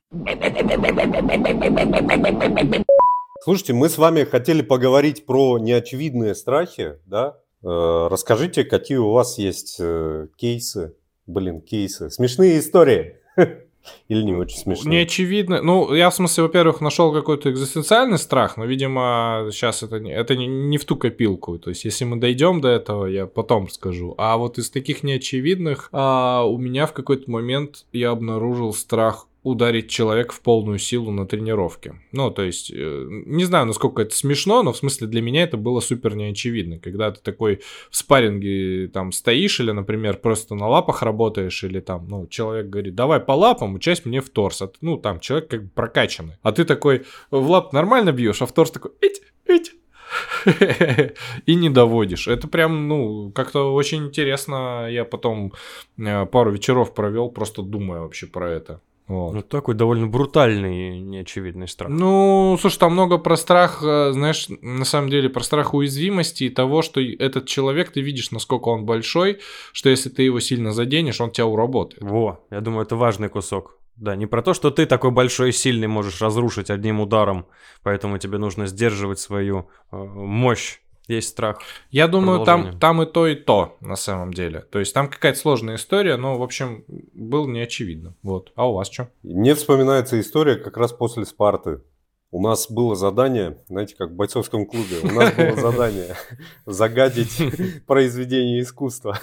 Слушайте, мы с вами хотели поговорить про неочевидные страхи, да? Расскажите, какие у вас есть кейсы, блин, кейсы, смешные истории или не очень смешные? Не очевидно. Ну, я в смысле, во-первых, нашел какой-то экзистенциальный страх, но, видимо, сейчас это, не, это не, не в ту копилку. То есть, если мы дойдем до этого, я потом расскажу. А вот из таких неочевидных а, у меня в какой-то момент я обнаружил страх ударить человека в полную силу на тренировке. Ну, то есть, не знаю, насколько это смешно, но в смысле для меня это было супер неочевидно. Когда ты такой в спарринге там стоишь или, например, просто на лапах работаешь, или там, ну, человек говорит, давай по лапам, часть мне в торс. А ты, ну, там, человек как бы прокачанный. А ты такой в лап нормально бьешь, а в торс такой, ить, ить. И не доводишь. Это прям, ну, как-то очень интересно. Я потом пару вечеров провел, просто думая вообще про это. Вот. Ну, такой довольно брутальный, неочевидный страх. Ну, слушай, там много про страх, знаешь, на самом деле, про страх уязвимости и того, что этот человек, ты видишь, насколько он большой, что если ты его сильно заденешь, он тебя уработает. Во, я думаю, это важный кусок. Да, не про то, что ты такой большой и сильный можешь разрушить одним ударом, поэтому тебе нужно сдерживать свою э, мощь. Есть страх. Я думаю, там, там и то, и то, на самом деле. То есть там какая-то сложная история, но, в общем, было неочевидно. Вот. А у вас что? Мне вспоминается история как раз после Спарты. У нас было задание, знаете, как в бойцовском клубе, у нас было задание загадить произведение искусства.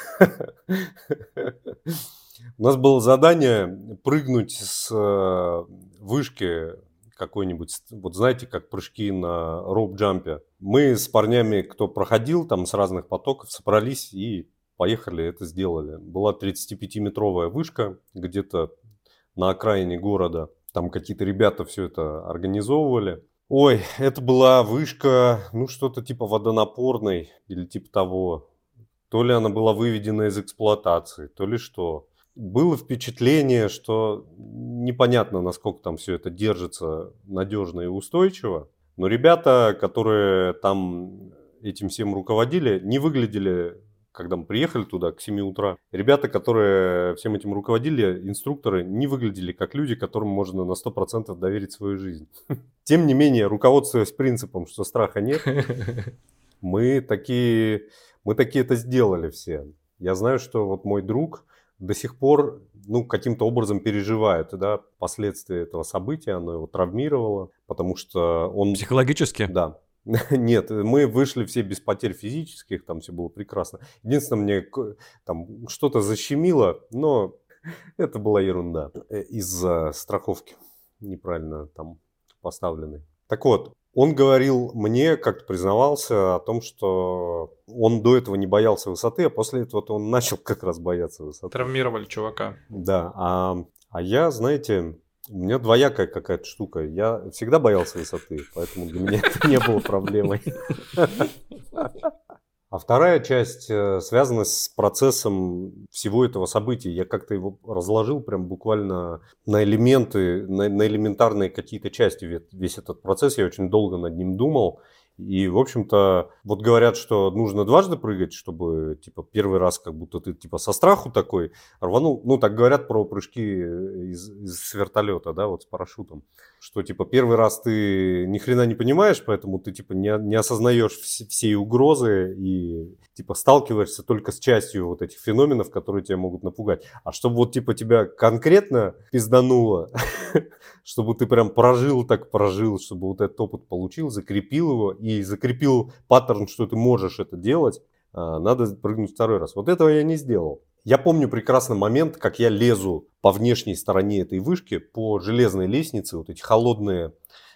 У нас было задание прыгнуть с вышки какой-нибудь, вот знаете, как прыжки на роуп-джампе. Мы с парнями, кто проходил там с разных потоков, собрались и поехали, это сделали. Была тридцатипятиметровая вышка где-то на окраине города. Там какие-то ребята все это организовывали. Ой, это была вышка, ну что-то типа водонапорной или типа того. То ли она была выведена из эксплуатации, то ли что. Было впечатление, что непонятно, насколько там все это держится надежно и устойчиво. Но ребята, которые там этим всем руководили, не выглядели, когда мы приехали туда к семи утра, ребята, которые всем этим руководили, инструкторы, не выглядели как люди, которым можно на сто процентов доверить свою жизнь. Тем не менее, руководствуясь принципом, что страха нет, мы такие, мы такие это сделали все. Я знаю, что вот мой друг до сих пор, ну, каким-то образом переживает, да, последствия этого события, оно его травмировало, потому что он... Психологически? Да. Нет, мы вышли все без потерь физических, там все было прекрасно. Единственное, мне там что-то защемило, но Это была ерунда из-за страховки неправильно там поставленной. Так вот, он говорил мне, как-то признавался о том, что он до этого не боялся высоты, а после этого он начал как раз бояться высоты. Травмировали чувака. Да, а, а я, знаете, у меня двоякая какая-то штука. Я всегда боялся высоты, поэтому для меня это не было проблемой. А вторая часть э, связана с процессом всего этого события. Я как-то его разложил прям буквально на элементы, на, на элементарные какие-то части. Весь этот процесс, я очень долго над ним думал. И, в общем-то, вот говорят, что нужно дважды прыгать, чтобы, типа, первый раз как будто ты, типа, со страху такой рванул. Ну, так говорят про прыжки из, из вертолета, да, вот с парашютом. Что, типа, первый раз ты ни хрена не понимаешь, поэтому ты, типа, не, не осознаешь вс- всей угрозы и, типа, сталкиваешься только с частью вот этих феноменов, которые тебя могут напугать. А чтобы вот, типа, тебя конкретно пиздануло, чтобы ты прям прожил так прожил, чтобы вот этот опыт получил, закрепил его и закрепил паттерн, что ты можешь это делать, надо прыгнуть второй раз. Вот этого я не сделал. Я помню прекрасный момент, как я лезу по внешней стороне этой вышки, по железной лестнице, вот эти холодные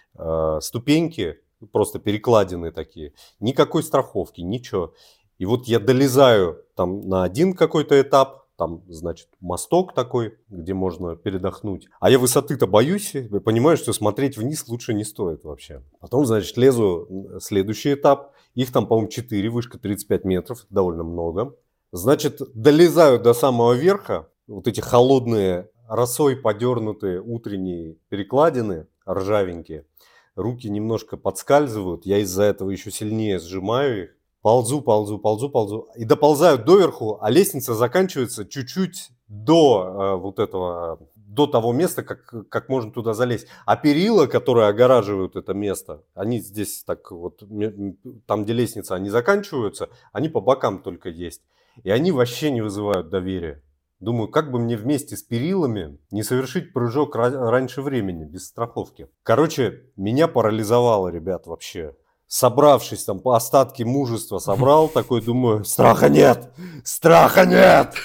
э, ступеньки, просто перекладины такие, никакой страховки, ничего. И вот я долезаю там на один какой-то этап, там, значит, мосток такой, где можно передохнуть. А я высоты-то боюсь, понимаю, что смотреть вниз лучше не стоит вообще. Потом, значит, лезу следующий этап. Их там, по-моему, четыре, вышка тридцать пять метров, это довольно много. Значит, долезаю до самого верха, вот эти холодные, росой подернутые утренние перекладины, ржавенькие. Руки немножко подскальзывают, я из-за этого еще сильнее сжимаю их. Ползу, ползу, ползу, ползу. И доползаю доверху, а лестница заканчивается чуть-чуть до э, вот этого, до того места, как, как можно туда залезть. А перила, которые огораживают это место, они здесь так вот, там, где лестница, они заканчиваются, они по бокам только есть. И они вообще не вызывают доверия. Думаю, как бы мне вместе с перилами не совершить прыжок раньше времени, без страховки. Короче, меня парализовало, ребят, вообще. Собравшись там по остатке мужества собрал, такой думаю, страха нет, страха нет.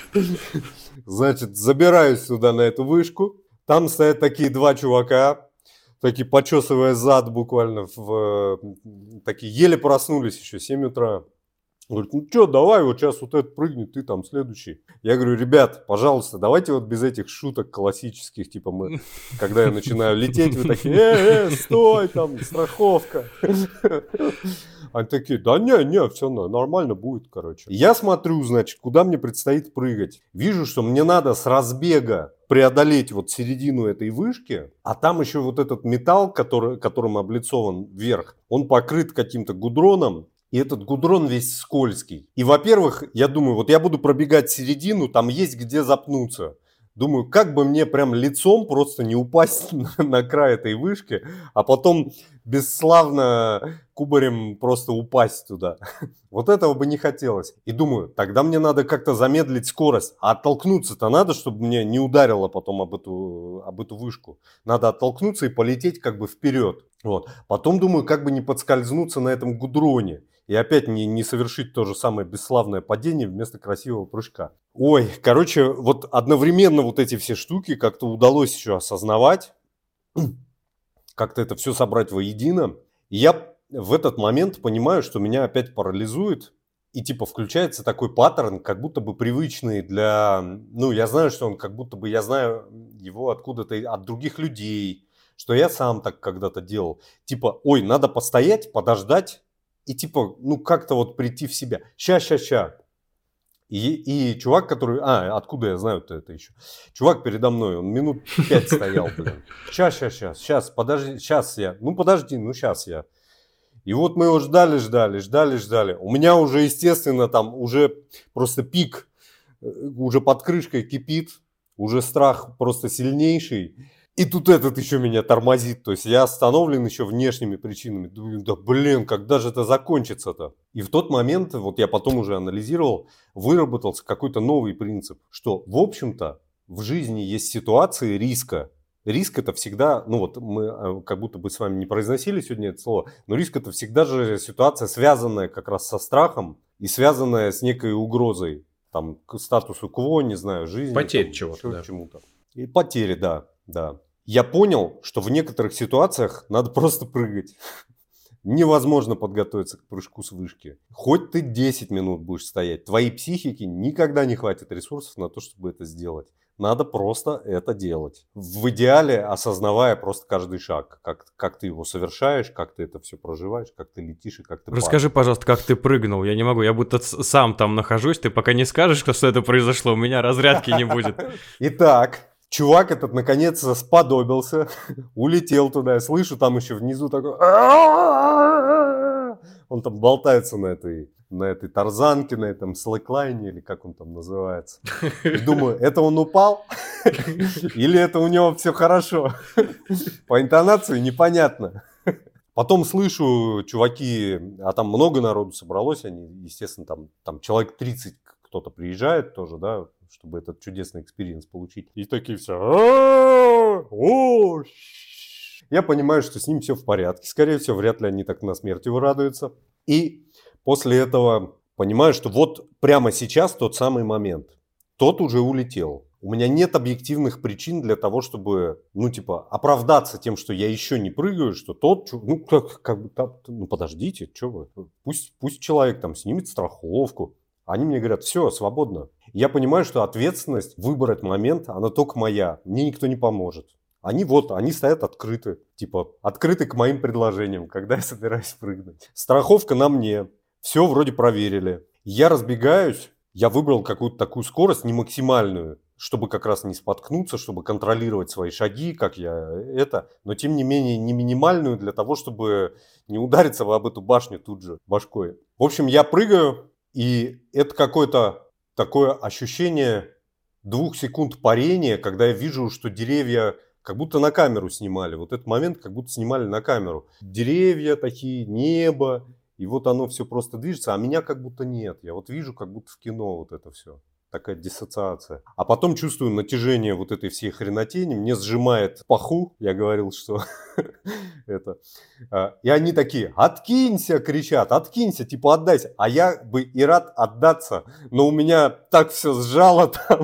Значит, забираюсь сюда на эту вышку, там стоят такие два чувака, такие почесывая зад буквально, в, такие еле проснулись еще, семь утра. Говорит, ну что, давай, вот сейчас вот этот прыгнет, ты там следующий. Я говорю, ребят, пожалуйста, давайте вот без этих шуток классических, типа мы, когда я начинаю лететь, вы такие, э, э, стой, там, страховка. Они такие, да не, не, все нормально будет, короче. Я смотрю, значит, куда мне предстоит прыгать. Вижу, что мне надо с разбега преодолеть вот середину этой вышки, а там еще вот этот металл, который, которым облицован верх, он покрыт каким-то гудроном. И этот гудрон весь скользкий. И, во-первых, я думаю, вот я буду пробегать середину, там есть где запнуться. Думаю, как бы мне прям лицом просто не упасть на, на край этой вышки, а потом бесславно кубарем просто упасть туда. Вот этого бы не хотелось. И думаю, тогда мне надо как-то замедлить скорость. А оттолкнуться-то надо, чтобы мне не ударило потом об эту, об эту вышку. Надо оттолкнуться и полететь как бы вперед. Вот. Потом думаю, как бы не подскользнуться на этом гудроне. И опять не, не совершить то же самое бесславное падение вместо красивого прыжка. Ой, короче, вот одновременно вот эти все штуки как-то удалось еще осознавать. Как-то это все собрать воедино. И я в этот момент понимаю, что меня опять парализует. И типа включается такой паттерн, как будто бы привычный для... Ну, я знаю, что он как будто бы... Я знаю его откуда-то от других людей. Что я сам так когда-то делал. Типа, ой, надо постоять, подождать. И типа, ну как-то вот прийти в себя. Ща, ща, ща. И, и чувак, который... А, откуда я знаю-то это еще? Чувак передо мной, он минут пять стоял, блин. Ща, ща, ща, сейчас, подожди, сейчас я. Ну подожди, ну сейчас я. И вот мы его ждали, ждали, ждали, ждали. У меня уже, естественно, там уже просто пик, уже под крышкой кипит. Уже страх просто сильнейший. И тут этот еще меня тормозит, то есть я остановлен еще внешними причинами. Думаю, да блин, когда же это закончится-то? И в тот момент, вот я потом уже анализировал, выработался какой-то новый принцип, что в общем-то в жизни есть ситуации риска. Риск это всегда, ну вот мы как будто бы с вами не произносили сегодня это слово, но риск это всегда же ситуация, связанная как раз со страхом и связанная с некой угрозой. там к статусу кво, не знаю, жизни. Потерь там, чего-то, да. Чему-то. И потери, да, да. Я понял, что в некоторых ситуациях надо просто прыгать. Невозможно подготовиться к прыжку с вышки. Хоть ты десять минут будешь стоять, твоей психике никогда не хватит ресурсов на то, чтобы это сделать. Надо просто это делать. В идеале осознавая просто каждый шаг. Как, как ты его совершаешь, как ты это все проживаешь, как ты летишь и как ты Расскажи, падаешь. пожалуйста, как ты прыгнул. Я не могу, я будто сам там нахожусь. Ты пока не скажешь, что это произошло, у меня разрядки не будет. Итак, чувак этот наконец-то сподобился, улетел туда. Я слышу там еще внизу такой... Он там болтается на этой... на этой тарзанке, на этом слэклайне, или как он там называется. И думаю, это он упал? Или это у него все хорошо? По интонации непонятно. Потом слышу, чуваки, а там много народу собралось, они, естественно, там, там человек тридцать кто-то приезжает тоже, да, чтобы этот чудесный экспириенс получить. И такие все... Я понимаю, что с ним все в порядке. Скорее всего, вряд ли они так на смерть его радуются. И после этого понимаю, что вот прямо сейчас тот самый момент. Тот уже улетел. У меня нет объективных причин для того, чтобы, ну, типа, оправдаться тем, что я еще не прыгаю, что тот, ну, как, как бы, там, ну, подождите, что вы, пусть, пусть человек там снимет страховку. Они мне говорят, все, свободно. Я понимаю, что ответственность выбрать момент, она только моя. Мне никто не поможет. Они вот, они стоят открыты, типа, открыты к моим предложениям, когда я собираюсь прыгнуть. Страховка на мне. Все вроде проверили. Я разбегаюсь, я выбрал какую-то такую скорость, не максимальную, чтобы как раз не споткнуться, чтобы контролировать свои шаги, как я это, но тем не менее не минимальную для того, чтобы не удариться об эту башню тут же башкой. В общем, я прыгаю, и это какое-то такое ощущение двух секунд парения, когда я вижу, что деревья как будто на камеру снимали. Вот этот момент как будто снимали на камеру. Деревья такие, небо. И вот оно все просто движется, а меня как будто нет. Я вот вижу, как будто в кино вот это все. Такая диссоциация. А потом чувствую натяжение вот этой всей хренотени. Мне сжимает паху. Я говорил, что это. И они такие, откинься, кричат, откинься, типа отдайся. А я бы и рад отдаться, но у меня так все сжало там,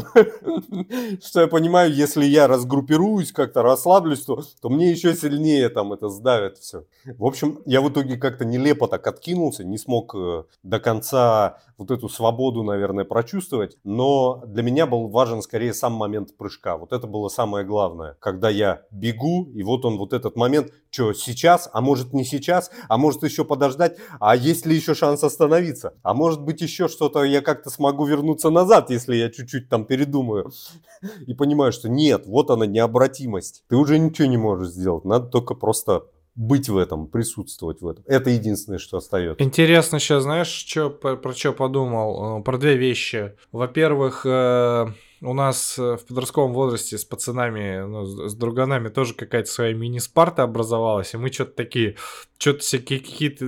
что я понимаю, если я разгруппируюсь, как-то расслаблюсь, то, то мне еще сильнее там это сдавит все. В общем, я в итоге как-то нелепо так откинулся, не смог до конца вот эту свободу, наверное, прочувствовать. Но для меня был важен скорее сам момент прыжка. Вот это было самое главное. Когда я бегу, и вот он, вот этот момент, что сейчас, а может не сейчас, а может еще подождать, а есть ли еще шанс остановиться? А может быть еще что-то, я как-то смогу вернуться назад, если я чуть-чуть там передумаю. И понимаю, что нет, вот она необратимость. Ты уже ничего не можешь сделать, надо только просто... быть в этом, присутствовать в этом. Это единственное, что остается. Интересно сейчас, знаешь, что, про, про что подумал? Про две вещи. Во-первых, э, у нас в подростковом возрасте с пацанами, ну, с, с друганами тоже какая-то своя мини-спарта образовалась, и мы что-то такие, что-то всякие какие-то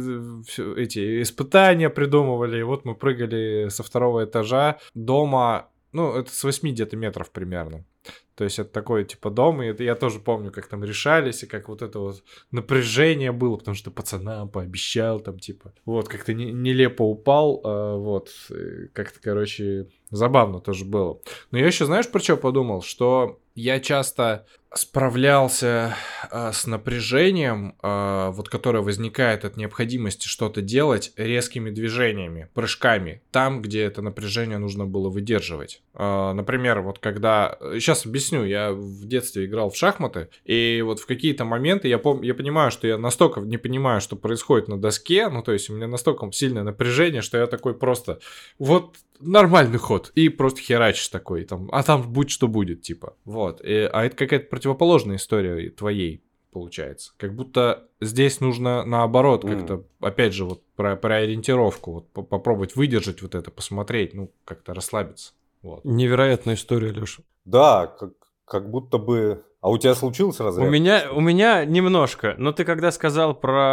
эти испытания придумывали, и вот мы прыгали со второго этажа дома, ну, это с восьми где-то метров примерно. То есть это такой типа дом, и это я тоже помню, как там решались, и как вот это вот напряжение было, потому что пацанам пообещал там типа, вот, как-то не, нелепо упал, а, вот, как-то, короче, забавно тоже было. Но я еще, знаешь, про что подумал? Что я часто справлялся а, с напряжением, а, вот, которое возникает от необходимости что-то делать резкими движениями, прыжками, там, где это напряжение нужно было выдерживать. А, например, вот когда... Сейчас объясню, я в детстве играл в шахматы, и вот в какие-то моменты я, пом... я понимаю, что я настолько не понимаю, что происходит на доске, ну, то есть у меня настолько сильное напряжение, что я такой просто... Вот нормальный ход, и просто херачишь такой, там, а там будь что будет, типа, вот. И, а это какая-то противоположная история твоей, получается. Как будто здесь нужно наоборот как-то, mm. опять же, вот про, про ориентировку, вот по- попробовать выдержать вот это, посмотреть, ну, как-то расслабиться. Вот. Невероятная история, Леша. Да, как, как будто бы... А у тебя случилось разряд? У меня, у меня немножко, но ты когда сказал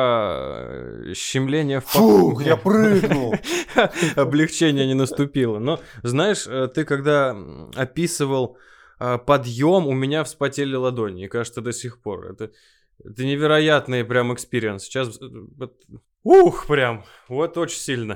про щемление в паху... Фух, я прыгнул! Облегчение не наступило. Но, знаешь, ты когда описывал подъем, у меня вспотели ладони, и кажется, до сих пор. Это, это невероятный прям экспириенс. Сейчас... Ух, прям, вот очень сильно.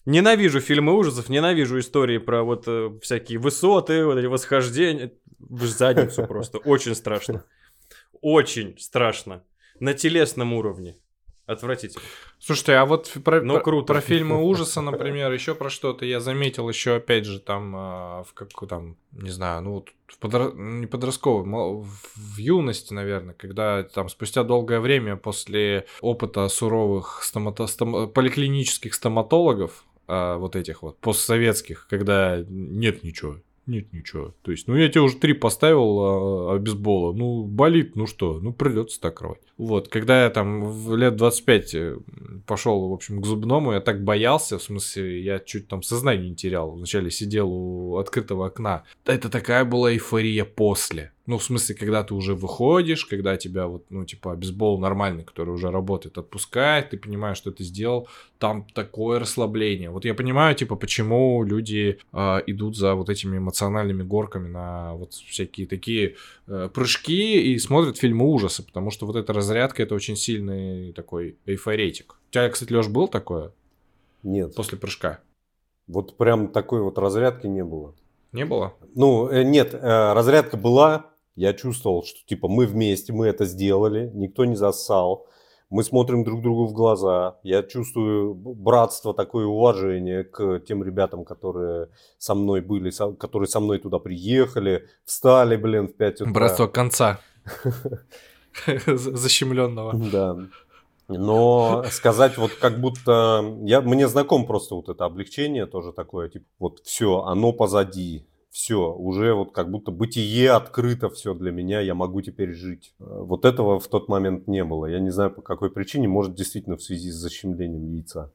Ненавижу фильмы ужасов, ненавижу истории про вот э, всякие высоты, вот эти восхождения. В задницу просто. Очень страшно. Очень страшно. На телесном уровне. Отвратительно. Слушайте, а вот про, Но про, круто. про фильмы ужаса, например, еще про что-то я заметил еще, опять же, там, э, в как там, не знаю, ну, вот в подро... не подростковом, мол- в юности, наверное, когда там спустя долгое время после опыта суровых стомато... стом- поликлинических стоматологов, э, вот этих вот постсоветских, когда нет ничего. Нет ничего. То есть, ну я тебе уже три поставил а, обезбола. Ну, болит, ну что, ну придется так рвать. Вот, когда я там в лет двадцать пять пошел, в общем, к зубному, я так боялся, в смысле, я чуть там сознание не терял. Вначале сидел у открытого окна. Это такая была эйфория после. Ну, в смысле, когда ты уже выходишь, когда тебя вот, ну, типа, обезбол нормальный, который уже работает, отпускает, ты понимаешь, что ты сделал, там такое расслабление. Вот я понимаю, типа, почему люди э, идут за вот этими эмоциональными горками на вот всякие такие э, прыжки и смотрят фильмы ужаса, потому что вот эта разрядка, это очень сильный такой эйфоретик. У тебя, кстати, Лёш, было такое? Нет. После прыжка? Вот прям такой вот разрядки не было. Не было? Ну, э, нет, э, разрядка была. Я чувствовал, что типа мы вместе, мы это сделали, никто не зассал. Мы смотрим друг другу в глаза. Я чувствую братство, такое уважение к тем ребятам, которые со мной были, со- которые со мной туда приехали, встали, блин, в пять утра. Братство конца. Защемленного. Да. Но сказать вот как будто... Я, мне знаком просто вот это облегчение тоже такое, типа вот все, оно позади. Все, уже вот как будто бытие открыто все для меня, я могу теперь жить. Вот этого в тот момент не было. Я не знаю по какой причине, может действительно в связи с защемлением яйца.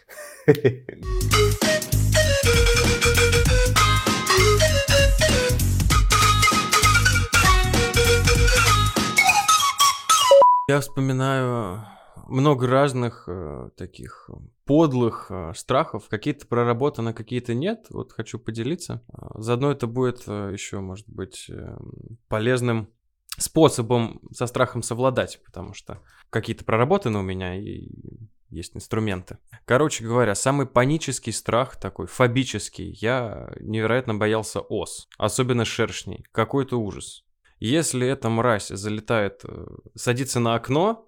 Я вспоминаю много разных э, таких подлых э, страхов. Какие-то проработаны, какие-то нет. Вот хочу поделиться. А, Заодно это будет э, еще, может быть, э, полезным способом со страхом совладать, потому что какие-то проработаны у меня и есть инструменты. Короче говоря, самый панический страх такой, фобический, я невероятно боялся ос, особенно шершней. Какой-то ужас. Если эта мразь залетает, э, садится на окно,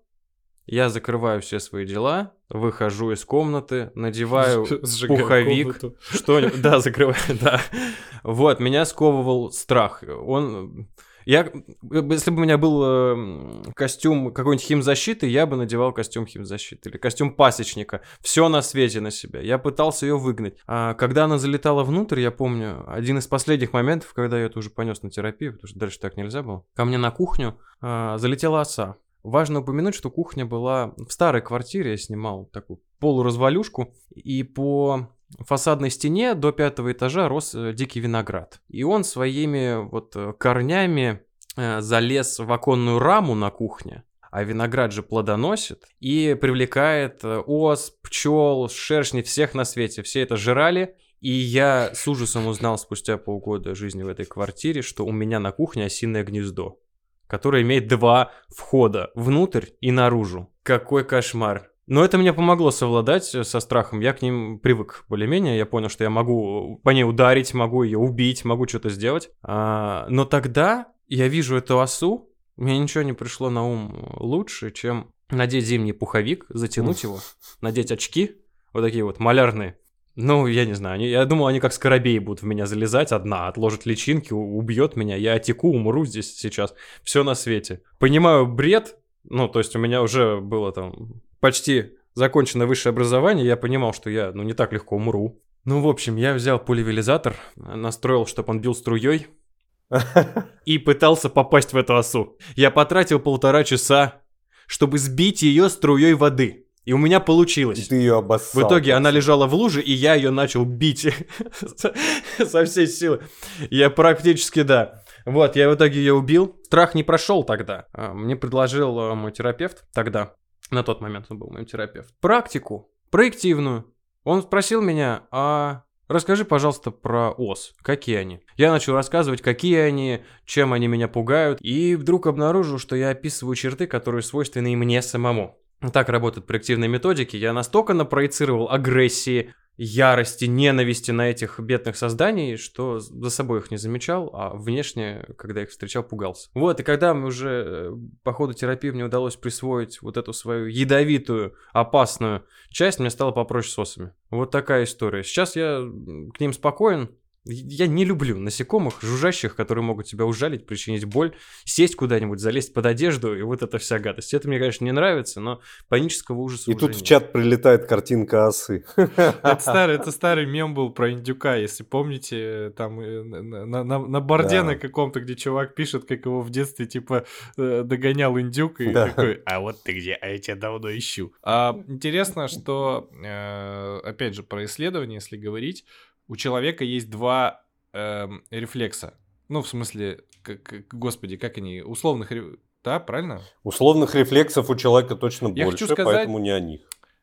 я закрываю все свои дела, выхожу из комнаты, надеваю Сжигаю пуховик, комнату. что-нибудь, да, закрываю, да. Вот, меня сковывал страх. Он, я, если бы у меня был э, костюм какой-нибудь химзащиты, я бы надевал костюм химзащиты или костюм пасечника. Все на свете на себя. Я пытался ее выгнать. А когда она залетала внутрь, я помню, один из последних моментов, когда я это уже понес на терапию, потому что дальше так нельзя было, ко мне на кухню э, залетела оса. Важно упомянуть, что кухня была в старой квартире, я снимал такую полуразвалюшку, и по фасадной стене до пятого этажа рос э, дикий виноград. И он своими вот э, корнями э, залез в оконную раму на кухне, а виноград же плодоносит и привлекает э, ос, пчел, шершней, всех на свете. Все это жрали. И я с ужасом узнал спустя полгода жизни в этой квартире, что у меня на кухне осиное гнездо, которое имеет два входа, внутрь и наружу. Какой кошмар. Но это мне помогло совладать со страхом. Я к ним привык более-менее. Я понял, что я могу по ней ударить, могу ее убить, могу что-то сделать. А, но тогда я вижу эту осу, мне ничего не пришло на ум лучше, чем надеть зимний пуховик, затянуть его, надеть очки, вот такие вот малярные. Ну, я не знаю, они, я думал, они как скоробеи будут в меня залезать, одна отложит личинки, у- убьет меня, я отеку, умру здесь сейчас, все на свете. Понимаю бред, ну, то есть у меня уже было там почти закончено высшее образование, я понимал, что я, ну, не так легко умру. Ну, в общем, я взял пульверизатор, настроил, чтобы он бил струей, и пытался попасть в эту осу. Я потратил полтора часа, чтобы сбить ее струей воды. И у меня получилось. И ты ее обоссал. В итоге она лежала в луже, и я ее начал бить со всей силы. Я практически, да. Вот, я в итоге ее убил. Страх не прошел тогда. А, Мне предложил а, мой терапевт тогда, на тот момент он был моим терапевт, практику проективную. Он спросил меня, а расскажи, пожалуйста, про ос. Какие они? Я начал рассказывать, какие они, чем они меня пугают. И вдруг обнаружил, что я описываю черты, которые свойственны и мне самому. Так работают проективные методики. Я настолько напроецировал агрессии, ярости, ненависти на этих бедных созданий, что за собой их не замечал, а внешне, когда их встречал, пугался. Вот, и когда мы уже по ходу терапии мне удалось присвоить вот эту свою ядовитую, опасную часть, мне стало попроще с осами. Вот такая история. Сейчас я к ним спокоен. Я не люблю насекомых, жужжащих, которые могут тебя ужалить, причинить боль, сесть куда-нибудь, залезть под одежду, и вот эта вся гадость. Это мне, конечно, не нравится, но панического ужаса И уже тут нет. в чат прилетает картинка осы. Это старый, это старый мем был про индюка, если помните, там э, на, на- на- на борде Да. на каком-то, где чувак пишет, как его в детстве, типа, э, догонял индюк, и Да. такой, а вот ты где, а я тебя давно ищу. А, интересно, что, э, опять же, про исследования, если говорить, у человека есть два эм, рефлекса. Ну, в смысле, к- к- господи, как они, условных, ре- да, правильно? Условных рефлексов у человека точно Я больше, хочу сказать- поэтому не о них.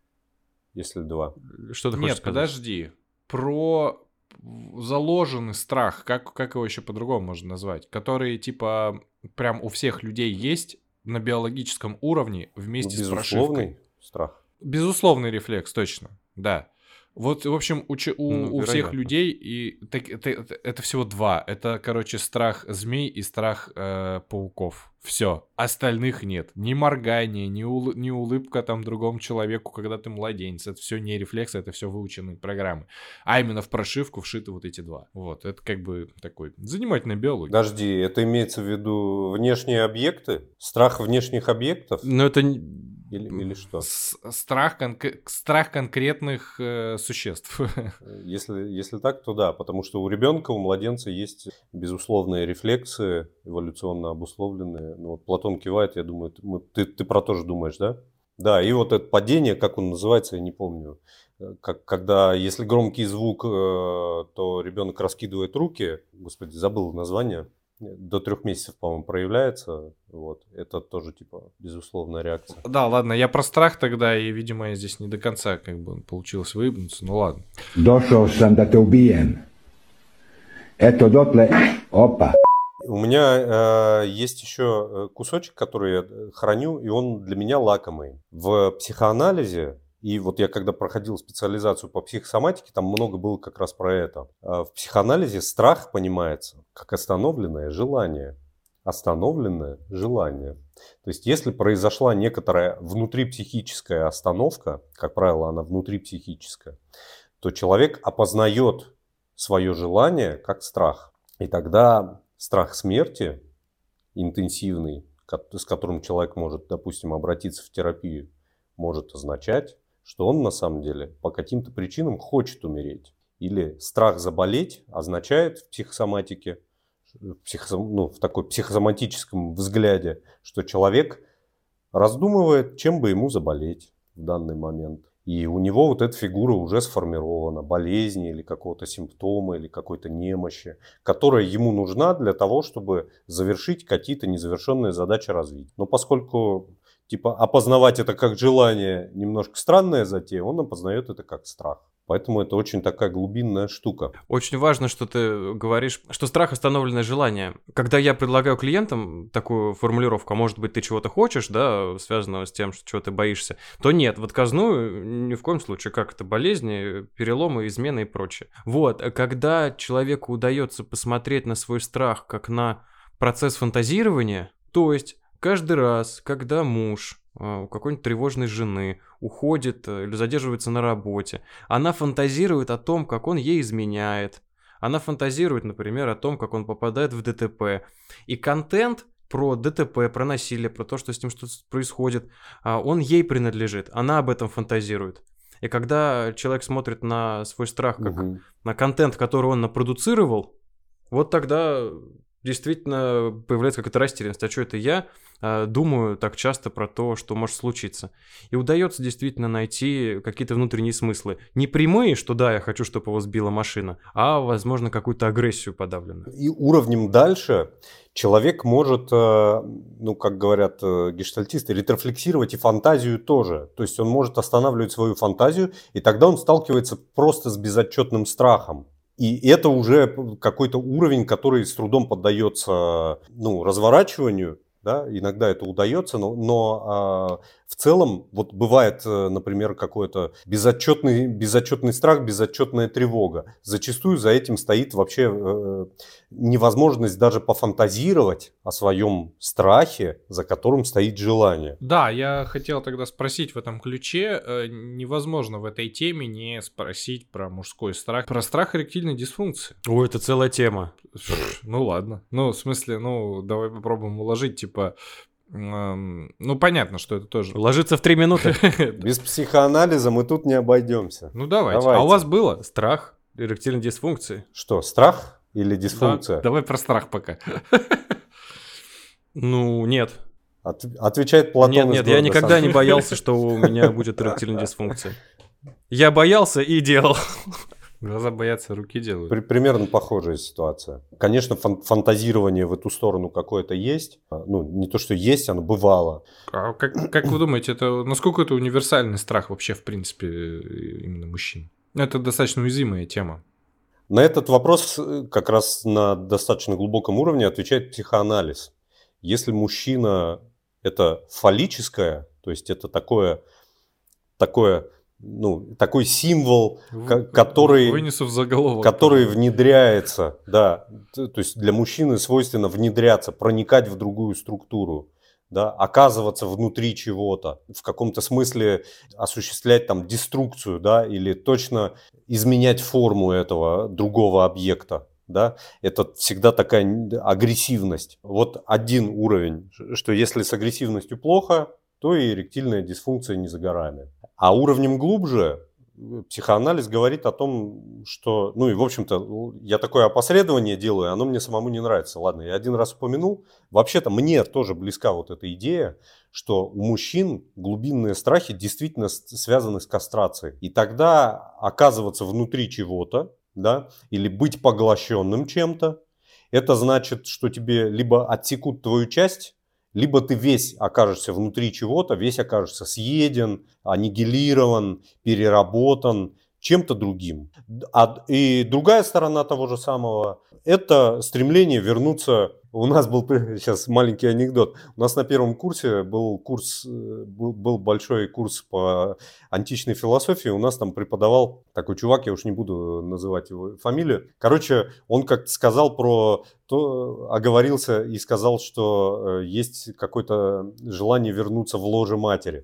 Если два. Что ты хочешь Нет, сказать? подожди. Про заложенный страх, как, как его еще по-другому можно назвать, который, типа, прям у всех людей есть на биологическом уровне Ну, вместе с прошивкой. безусловный страх. Безусловный рефлекс, точно, да. Вот, в общем, у, че- у, Ну, у всех вероятно. людей и так- это, это- это всего два. Это, короче, страх змей и страх э, пауков. Все. Остальных нет. Ни моргания, ни, улы- ни улыбка там другому человеку, когда ты младенец. Это все не рефлексы, это все выученные программы. А именно в прошивку вшиты вот эти два. Вот. Это как бы такой занимательная биология. Подожди, это имеется в виду внешние объекты? Страх внешних объектов? Ну, это... не- Или, или что? С- страх, конк- страх конкретных э, существ. Если, если так, то да, потому что у ребенка, у младенца есть безусловные рефлексы, эволюционно обусловленные. Ну, вот Платон кивает, я думаю, ты, мы- ты, ты про то же думаешь, да? Да, и вот это падение, как он называется, я не помню. Э, Как, когда, если громкий звук, э, то ребенок раскидывает руки. Господи, забыл название. До трех месяцев, по-моему, проявляется. Вот. Это тоже, типа, безусловная реакция. Да, ладно, я про страх тогда, и, видимо, я здесь не до конца как бы получилось выебнуться, ну ладно. Došao sam da te ubijem. Eto dotle, opa. У меня э, есть еще кусочек, который я храню, и он для меня лакомый. В психоанализе, и вот я когда проходил специализацию по психосоматике, там много было как раз про это. Э, В психоанализе страх понимается как остановленное желание. Остановленное желание. То есть если произошла некоторая внутрипсихическая остановка, как правило, она внутрипсихическая, то человек опознает свое желание как страх. И тогда страх смерти интенсивный, ко- с которым человек может, допустим, обратиться в терапию, может означать, что он на самом деле по каким-то причинам хочет умереть. Или страх заболеть означает в психосоматике, в, психосом- ну, в такой психосоматическом взгляде, что человек раздумывает, чем бы ему заболеть в данный момент. И у него вот эта фигура уже сформирована, болезни или какого-то симптома, или какой-то немощи, которая ему нужна для того, чтобы завершить какие-то незавершенные задачи развития. Но поскольку типа опознавать это как желание немножко странная затея, он опознает это как страх. Поэтому это очень такая глубинная штука. Очень важно, что ты говоришь, что страх — остановленное желание. Когда я предлагаю клиентам такую формулировку, а может быть, ты чего-то хочешь, да, связанного с тем, что чего ты боишься, то нет, в отказную ни в коем случае, как это болезни, переломы, измены и прочее. Вот, а когда человеку удается посмотреть на свой страх как на процесс фантазирования, то есть каждый раз, когда муж у какой-нибудь тревожной жены уходит или задерживается на работе, она фантазирует о том, как он ей изменяет. Она фантазирует, например, о том, как он попадает в ДТП. И контент про ДТП, про насилие, про то, что с ним что-то происходит, он ей принадлежит. Она об этом фантазирует. И когда человек смотрит на свой страх как Угу. на контент, который он напродуцировал, вот тогда действительно появляется какая-то растерянность. А что это я э, думаю так часто про то, что может случиться? И удается действительно найти какие-то внутренние смыслы. Не прямые, что да, я хочу, чтобы его сбила машина, а, возможно, какую-то агрессию подавленную. И уровнем дальше человек может, э, ну, как говорят э, гештальтисты, ретрофлексировать и фантазию тоже. То есть он может останавливать свою фантазию, и тогда он сталкивается просто с безотчетным страхом. И это уже какой-то уровень, который с трудом поддается, ну, разворачиванию, да, иногда это удается, но, но э, в целом вот бывает, э, например, какой-то безотчетный, безотчетный страх, безотчетная тревога. Зачастую за этим стоит вообще э, невозможность даже пофантазировать о своем страхе, за которым стоит желание. Да, я хотел тогда спросить в этом ключе, э, невозможно в этой теме не спросить про мужской страх, про страх эректильной дисфункции. Ой, это целая тема. Ну ладно. Ну, в смысле, ну, давай попробуем уложить, типа, эм, ну, понятно, что это тоже... Ложиться в три минуты. Без психоанализа мы тут не обойдемся. Ну, давайте. Давайте. А у вас было? Страх эректильной дисфункции. Что, страх или дисфункция? Да, давай про страх пока. Ну, нет. От- отвечает Платон. Нет, из нет, я города никогда Сан- не боялся, что у меня будет эректильная дисфункция. Я боялся и делал. Глаза боятся, руки делают. При- Примерно похожая ситуация. Конечно, фан- фантазирование в эту сторону какое-то есть. А, Ну, не то, что есть, оно бывало. А как, как вы думаете, это насколько это универсальный страх вообще, в принципе, именно мужчин? Это достаточно уязвимая тема. На этот вопрос э, как раз на достаточно глубоком уровне отвечает психоанализ. Если мужчина – это фаллическое, то есть это такое, такое, ну, такой символ, ко- который, Вынесу в заголовок. который внедряется, да, т- то есть для мужчины свойственно внедряться, проникать в другую структуру, да, оказываться внутри чего-то, в каком-то смысле осуществлять там деструкцию, да, или точно изменять форму этого другого объекта. Да, это всегда такая агрессивность. Вот один уровень, что если с агрессивностью плохо, то и эректильная дисфункция не за горами. А уровнем глубже психоанализ говорит о том, что, ну и в общем-то, я такое опосредование делаю, оно мне самому не нравится. Ладно, я один раз упомянул. Вообще-то мне тоже близка вот эта идея, что у мужчин глубинные страхи действительно связаны с кастрацией. И тогда оказываться внутри чего-то, да, или быть поглощенным чем-то, это значит, что тебе либо отсекут твою часть, либо ты весь окажешься внутри чего-то, весь окажешься съеден, аннигилирован, переработан чем-то другим. А, и другая сторона того же самого – это стремление вернуться. У нас был сейчас маленький анекдот. У нас на первом курсе был курс, был, был большой курс по античной философии. У нас там преподавал такой чувак, я уж не буду называть его фамилию. Короче, он как-то сказал про то, оговорился и сказал, что есть какое-то желание вернуться в ложе матери.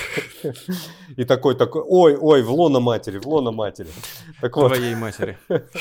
И такой, такой, ой, ой, в лоно матери, в лоно матери. Так вот. Твоей матери.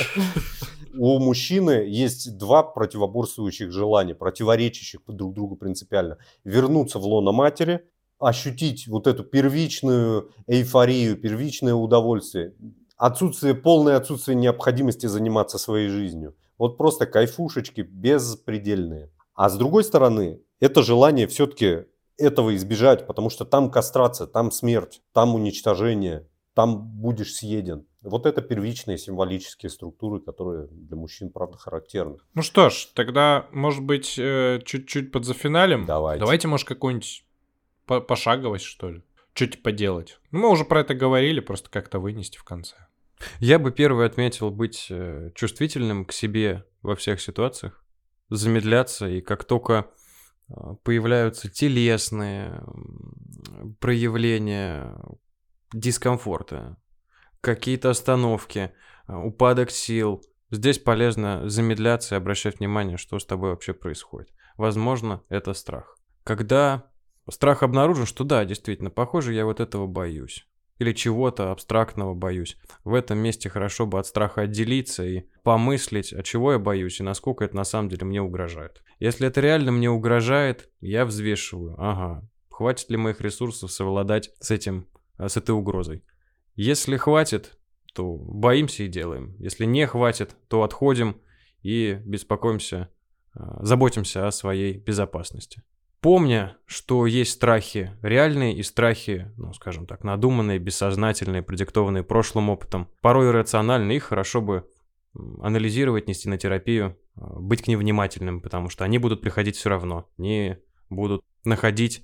У мужчины есть два противоборствующих желания, противоречащих друг другу принципиально. Вернуться в лоно матери, ощутить вот эту первичную эйфорию, первичное удовольствие, отсутствие, полное отсутствие необходимости заниматься своей жизнью. Вот просто кайфушечки беспредельные. А с другой стороны, это желание все-таки этого избежать, потому что там кастрация, там смерть, там уничтожение, там будешь съеден. Вот это первичные символические структуры, которые для мужчин, правда, характерны. Ну что ж, тогда, может быть, э, чуть-чуть подзафиналим? Давайте. Давайте, может, какую-нибудь по- пошаговость, что ли? Что-то поделать. Ну, мы уже про это говорили, просто как-то вынести в конце. Я бы первый отметил быть э, чувствительным к себе во всех ситуациях, замедляться, и как только э, появляются телесные э, проявления дискомфорта, какие-то остановки, э, упадок сил, здесь полезно замедляться и обращать внимание, что с тобой вообще происходит. Возможно, это страх. Когда страх обнаружен, что да, действительно, похоже, я вот этого боюсь. Или чего-то абстрактного боюсь. В этом месте хорошо бы от страха отделиться и помыслить, от чего я боюсь и насколько это на самом деле мне угрожает. Если это реально мне угрожает, я взвешиваю. Ага, хватит ли моих ресурсов совладать с этим, с этой угрозой. Если хватит, то боимся и делаем. Если не хватит, то отходим и беспокоимся, заботимся о своей безопасности. Помня, что есть страхи реальные и страхи, ну, скажем так, надуманные, бессознательные, продиктованные прошлым опытом, порой иррациональные, их хорошо бы анализировать, нести на терапию, быть к ним внимательным, потому что они будут приходить все равно, они будут находить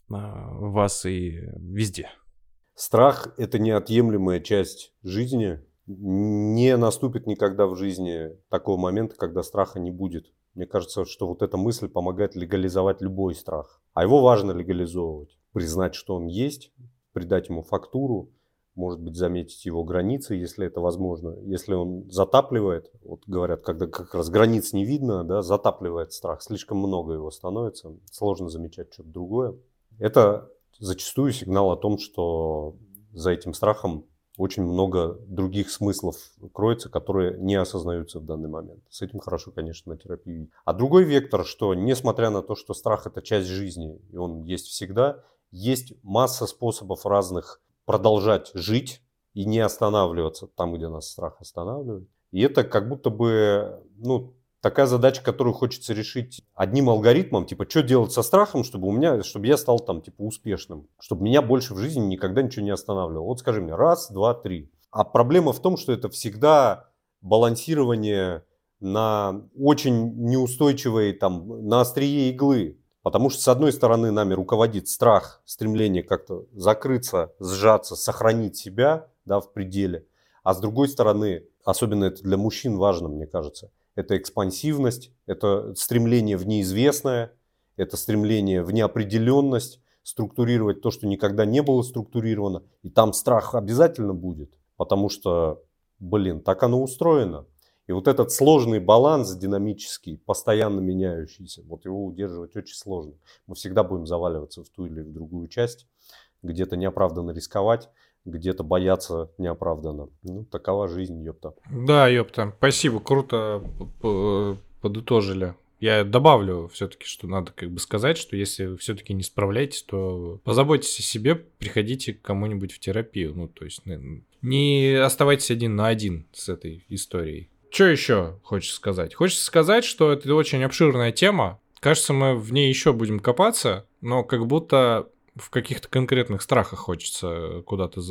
вас и везде. Страх – это неотъемлемая часть жизни. Не наступит никогда в жизни такого момента, когда страха не будет. Мне кажется, что вот эта мысль помогает легализовать любой страх. А его важно легализовывать. Признать, что он есть, придать ему фактуру, может быть, заметить его границы, если это возможно. Если он затапливает, вот говорят, когда как раз границ не видно, да, затапливает страх, слишком много его становится, сложно замечать что-то другое. Это зачастую сигнал о том, что за этим страхом очень много других смыслов кроется, которые не осознаются в данный момент. С этим хорошо, конечно, на терапии. А другой вектор, что несмотря на то, что страх – это часть жизни, и он есть всегда, есть масса способов разных продолжать жить и не останавливаться там, где нас страх останавливает. И это как будто бы, ну, такая задача, которую хочется решить одним алгоритмом, типа, что делать со страхом, чтобы у меня, чтобы я стал там, типа, успешным, чтобы меня больше в жизни никогда ничего не останавливало. Вот скажи мне, раз, два, три. А проблема в том, что это всегда балансирование на очень неустойчивой, там, на острие иглы. Потому что, с одной стороны, нами руководит страх, стремление как-то закрыться, сжаться, сохранить себя, да, в пределе. А с другой стороны, особенно это для мужчин важно, мне кажется, это экспансивность, это стремление в неизвестное, это стремление в неопределенность, структурировать то, что никогда не было структурировано. И там страх обязательно будет, потому что, блин, так оно устроено. И вот этот сложный баланс динамический, постоянно меняющийся, вот его удерживать очень сложно. Мы всегда будем заваливаться в ту или в другую часть, где-то неоправданно рисковать, где-то бояться неоправданно. Ну, такова жизнь, ёпта. Да, ёпта, спасибо, круто подытожили. Я добавлю все-таки, что надо как бы сказать, что если вы все-таки не справляетесь, то позаботьтесь о себе, приходите к кому-нибудь в терапию. Ну, то есть не оставайтесь один на один с этой историей. Что еще хочется сказать? Хочется сказать, что это очень обширная тема. Кажется, мы в ней еще будем копаться, но как будто в каких-то конкретных страхах хочется куда-то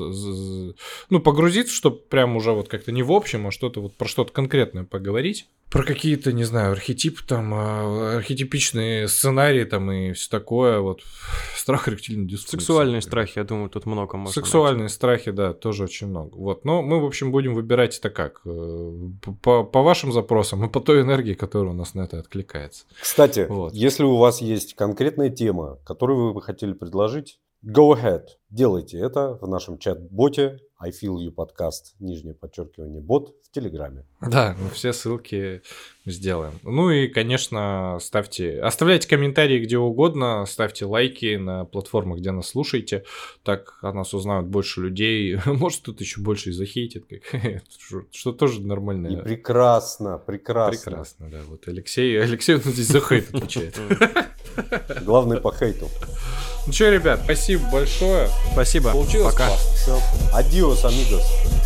ну, погрузиться, чтобы прям уже вот как-то не в общем, а что-то вот про что-то конкретное поговорить. Про какие-то, не знаю, архетипы, там, архетипичные сценарии там и все такое, вот, страх эректильной дисфункции. Сексуальные страхи, я думаю, тут много можно Сексуальные найти. Страхи, да, тоже очень много. Вот, но мы, в общем, будем выбирать это как? По, по вашим запросам и по той энергии, которая у нас на это откликается. Кстати, вот. Если у вас есть конкретная тема, которую вы бы хотели предложить, go ahead, делайте это в нашем чат-боте I feel you подкаст, нижнее подчеркивание, бот в Телеграме. Да, мы все ссылки сделаем. Ну и, конечно, ставьте, оставляйте комментарии где угодно, ставьте лайки на платформах, где нас слушаете, так о нас узнают больше людей. Может, тут еще больше и захейтит, что тоже нормально. И прекрасно, прекрасно. Прекрасно, да. Вот Алексей, Алексей он здесь за хейт отвечает. Главный по хейту. Ну что, ребят, спасибо большое. Спасибо. Получилось. Пока. Все. Адиос, амигос.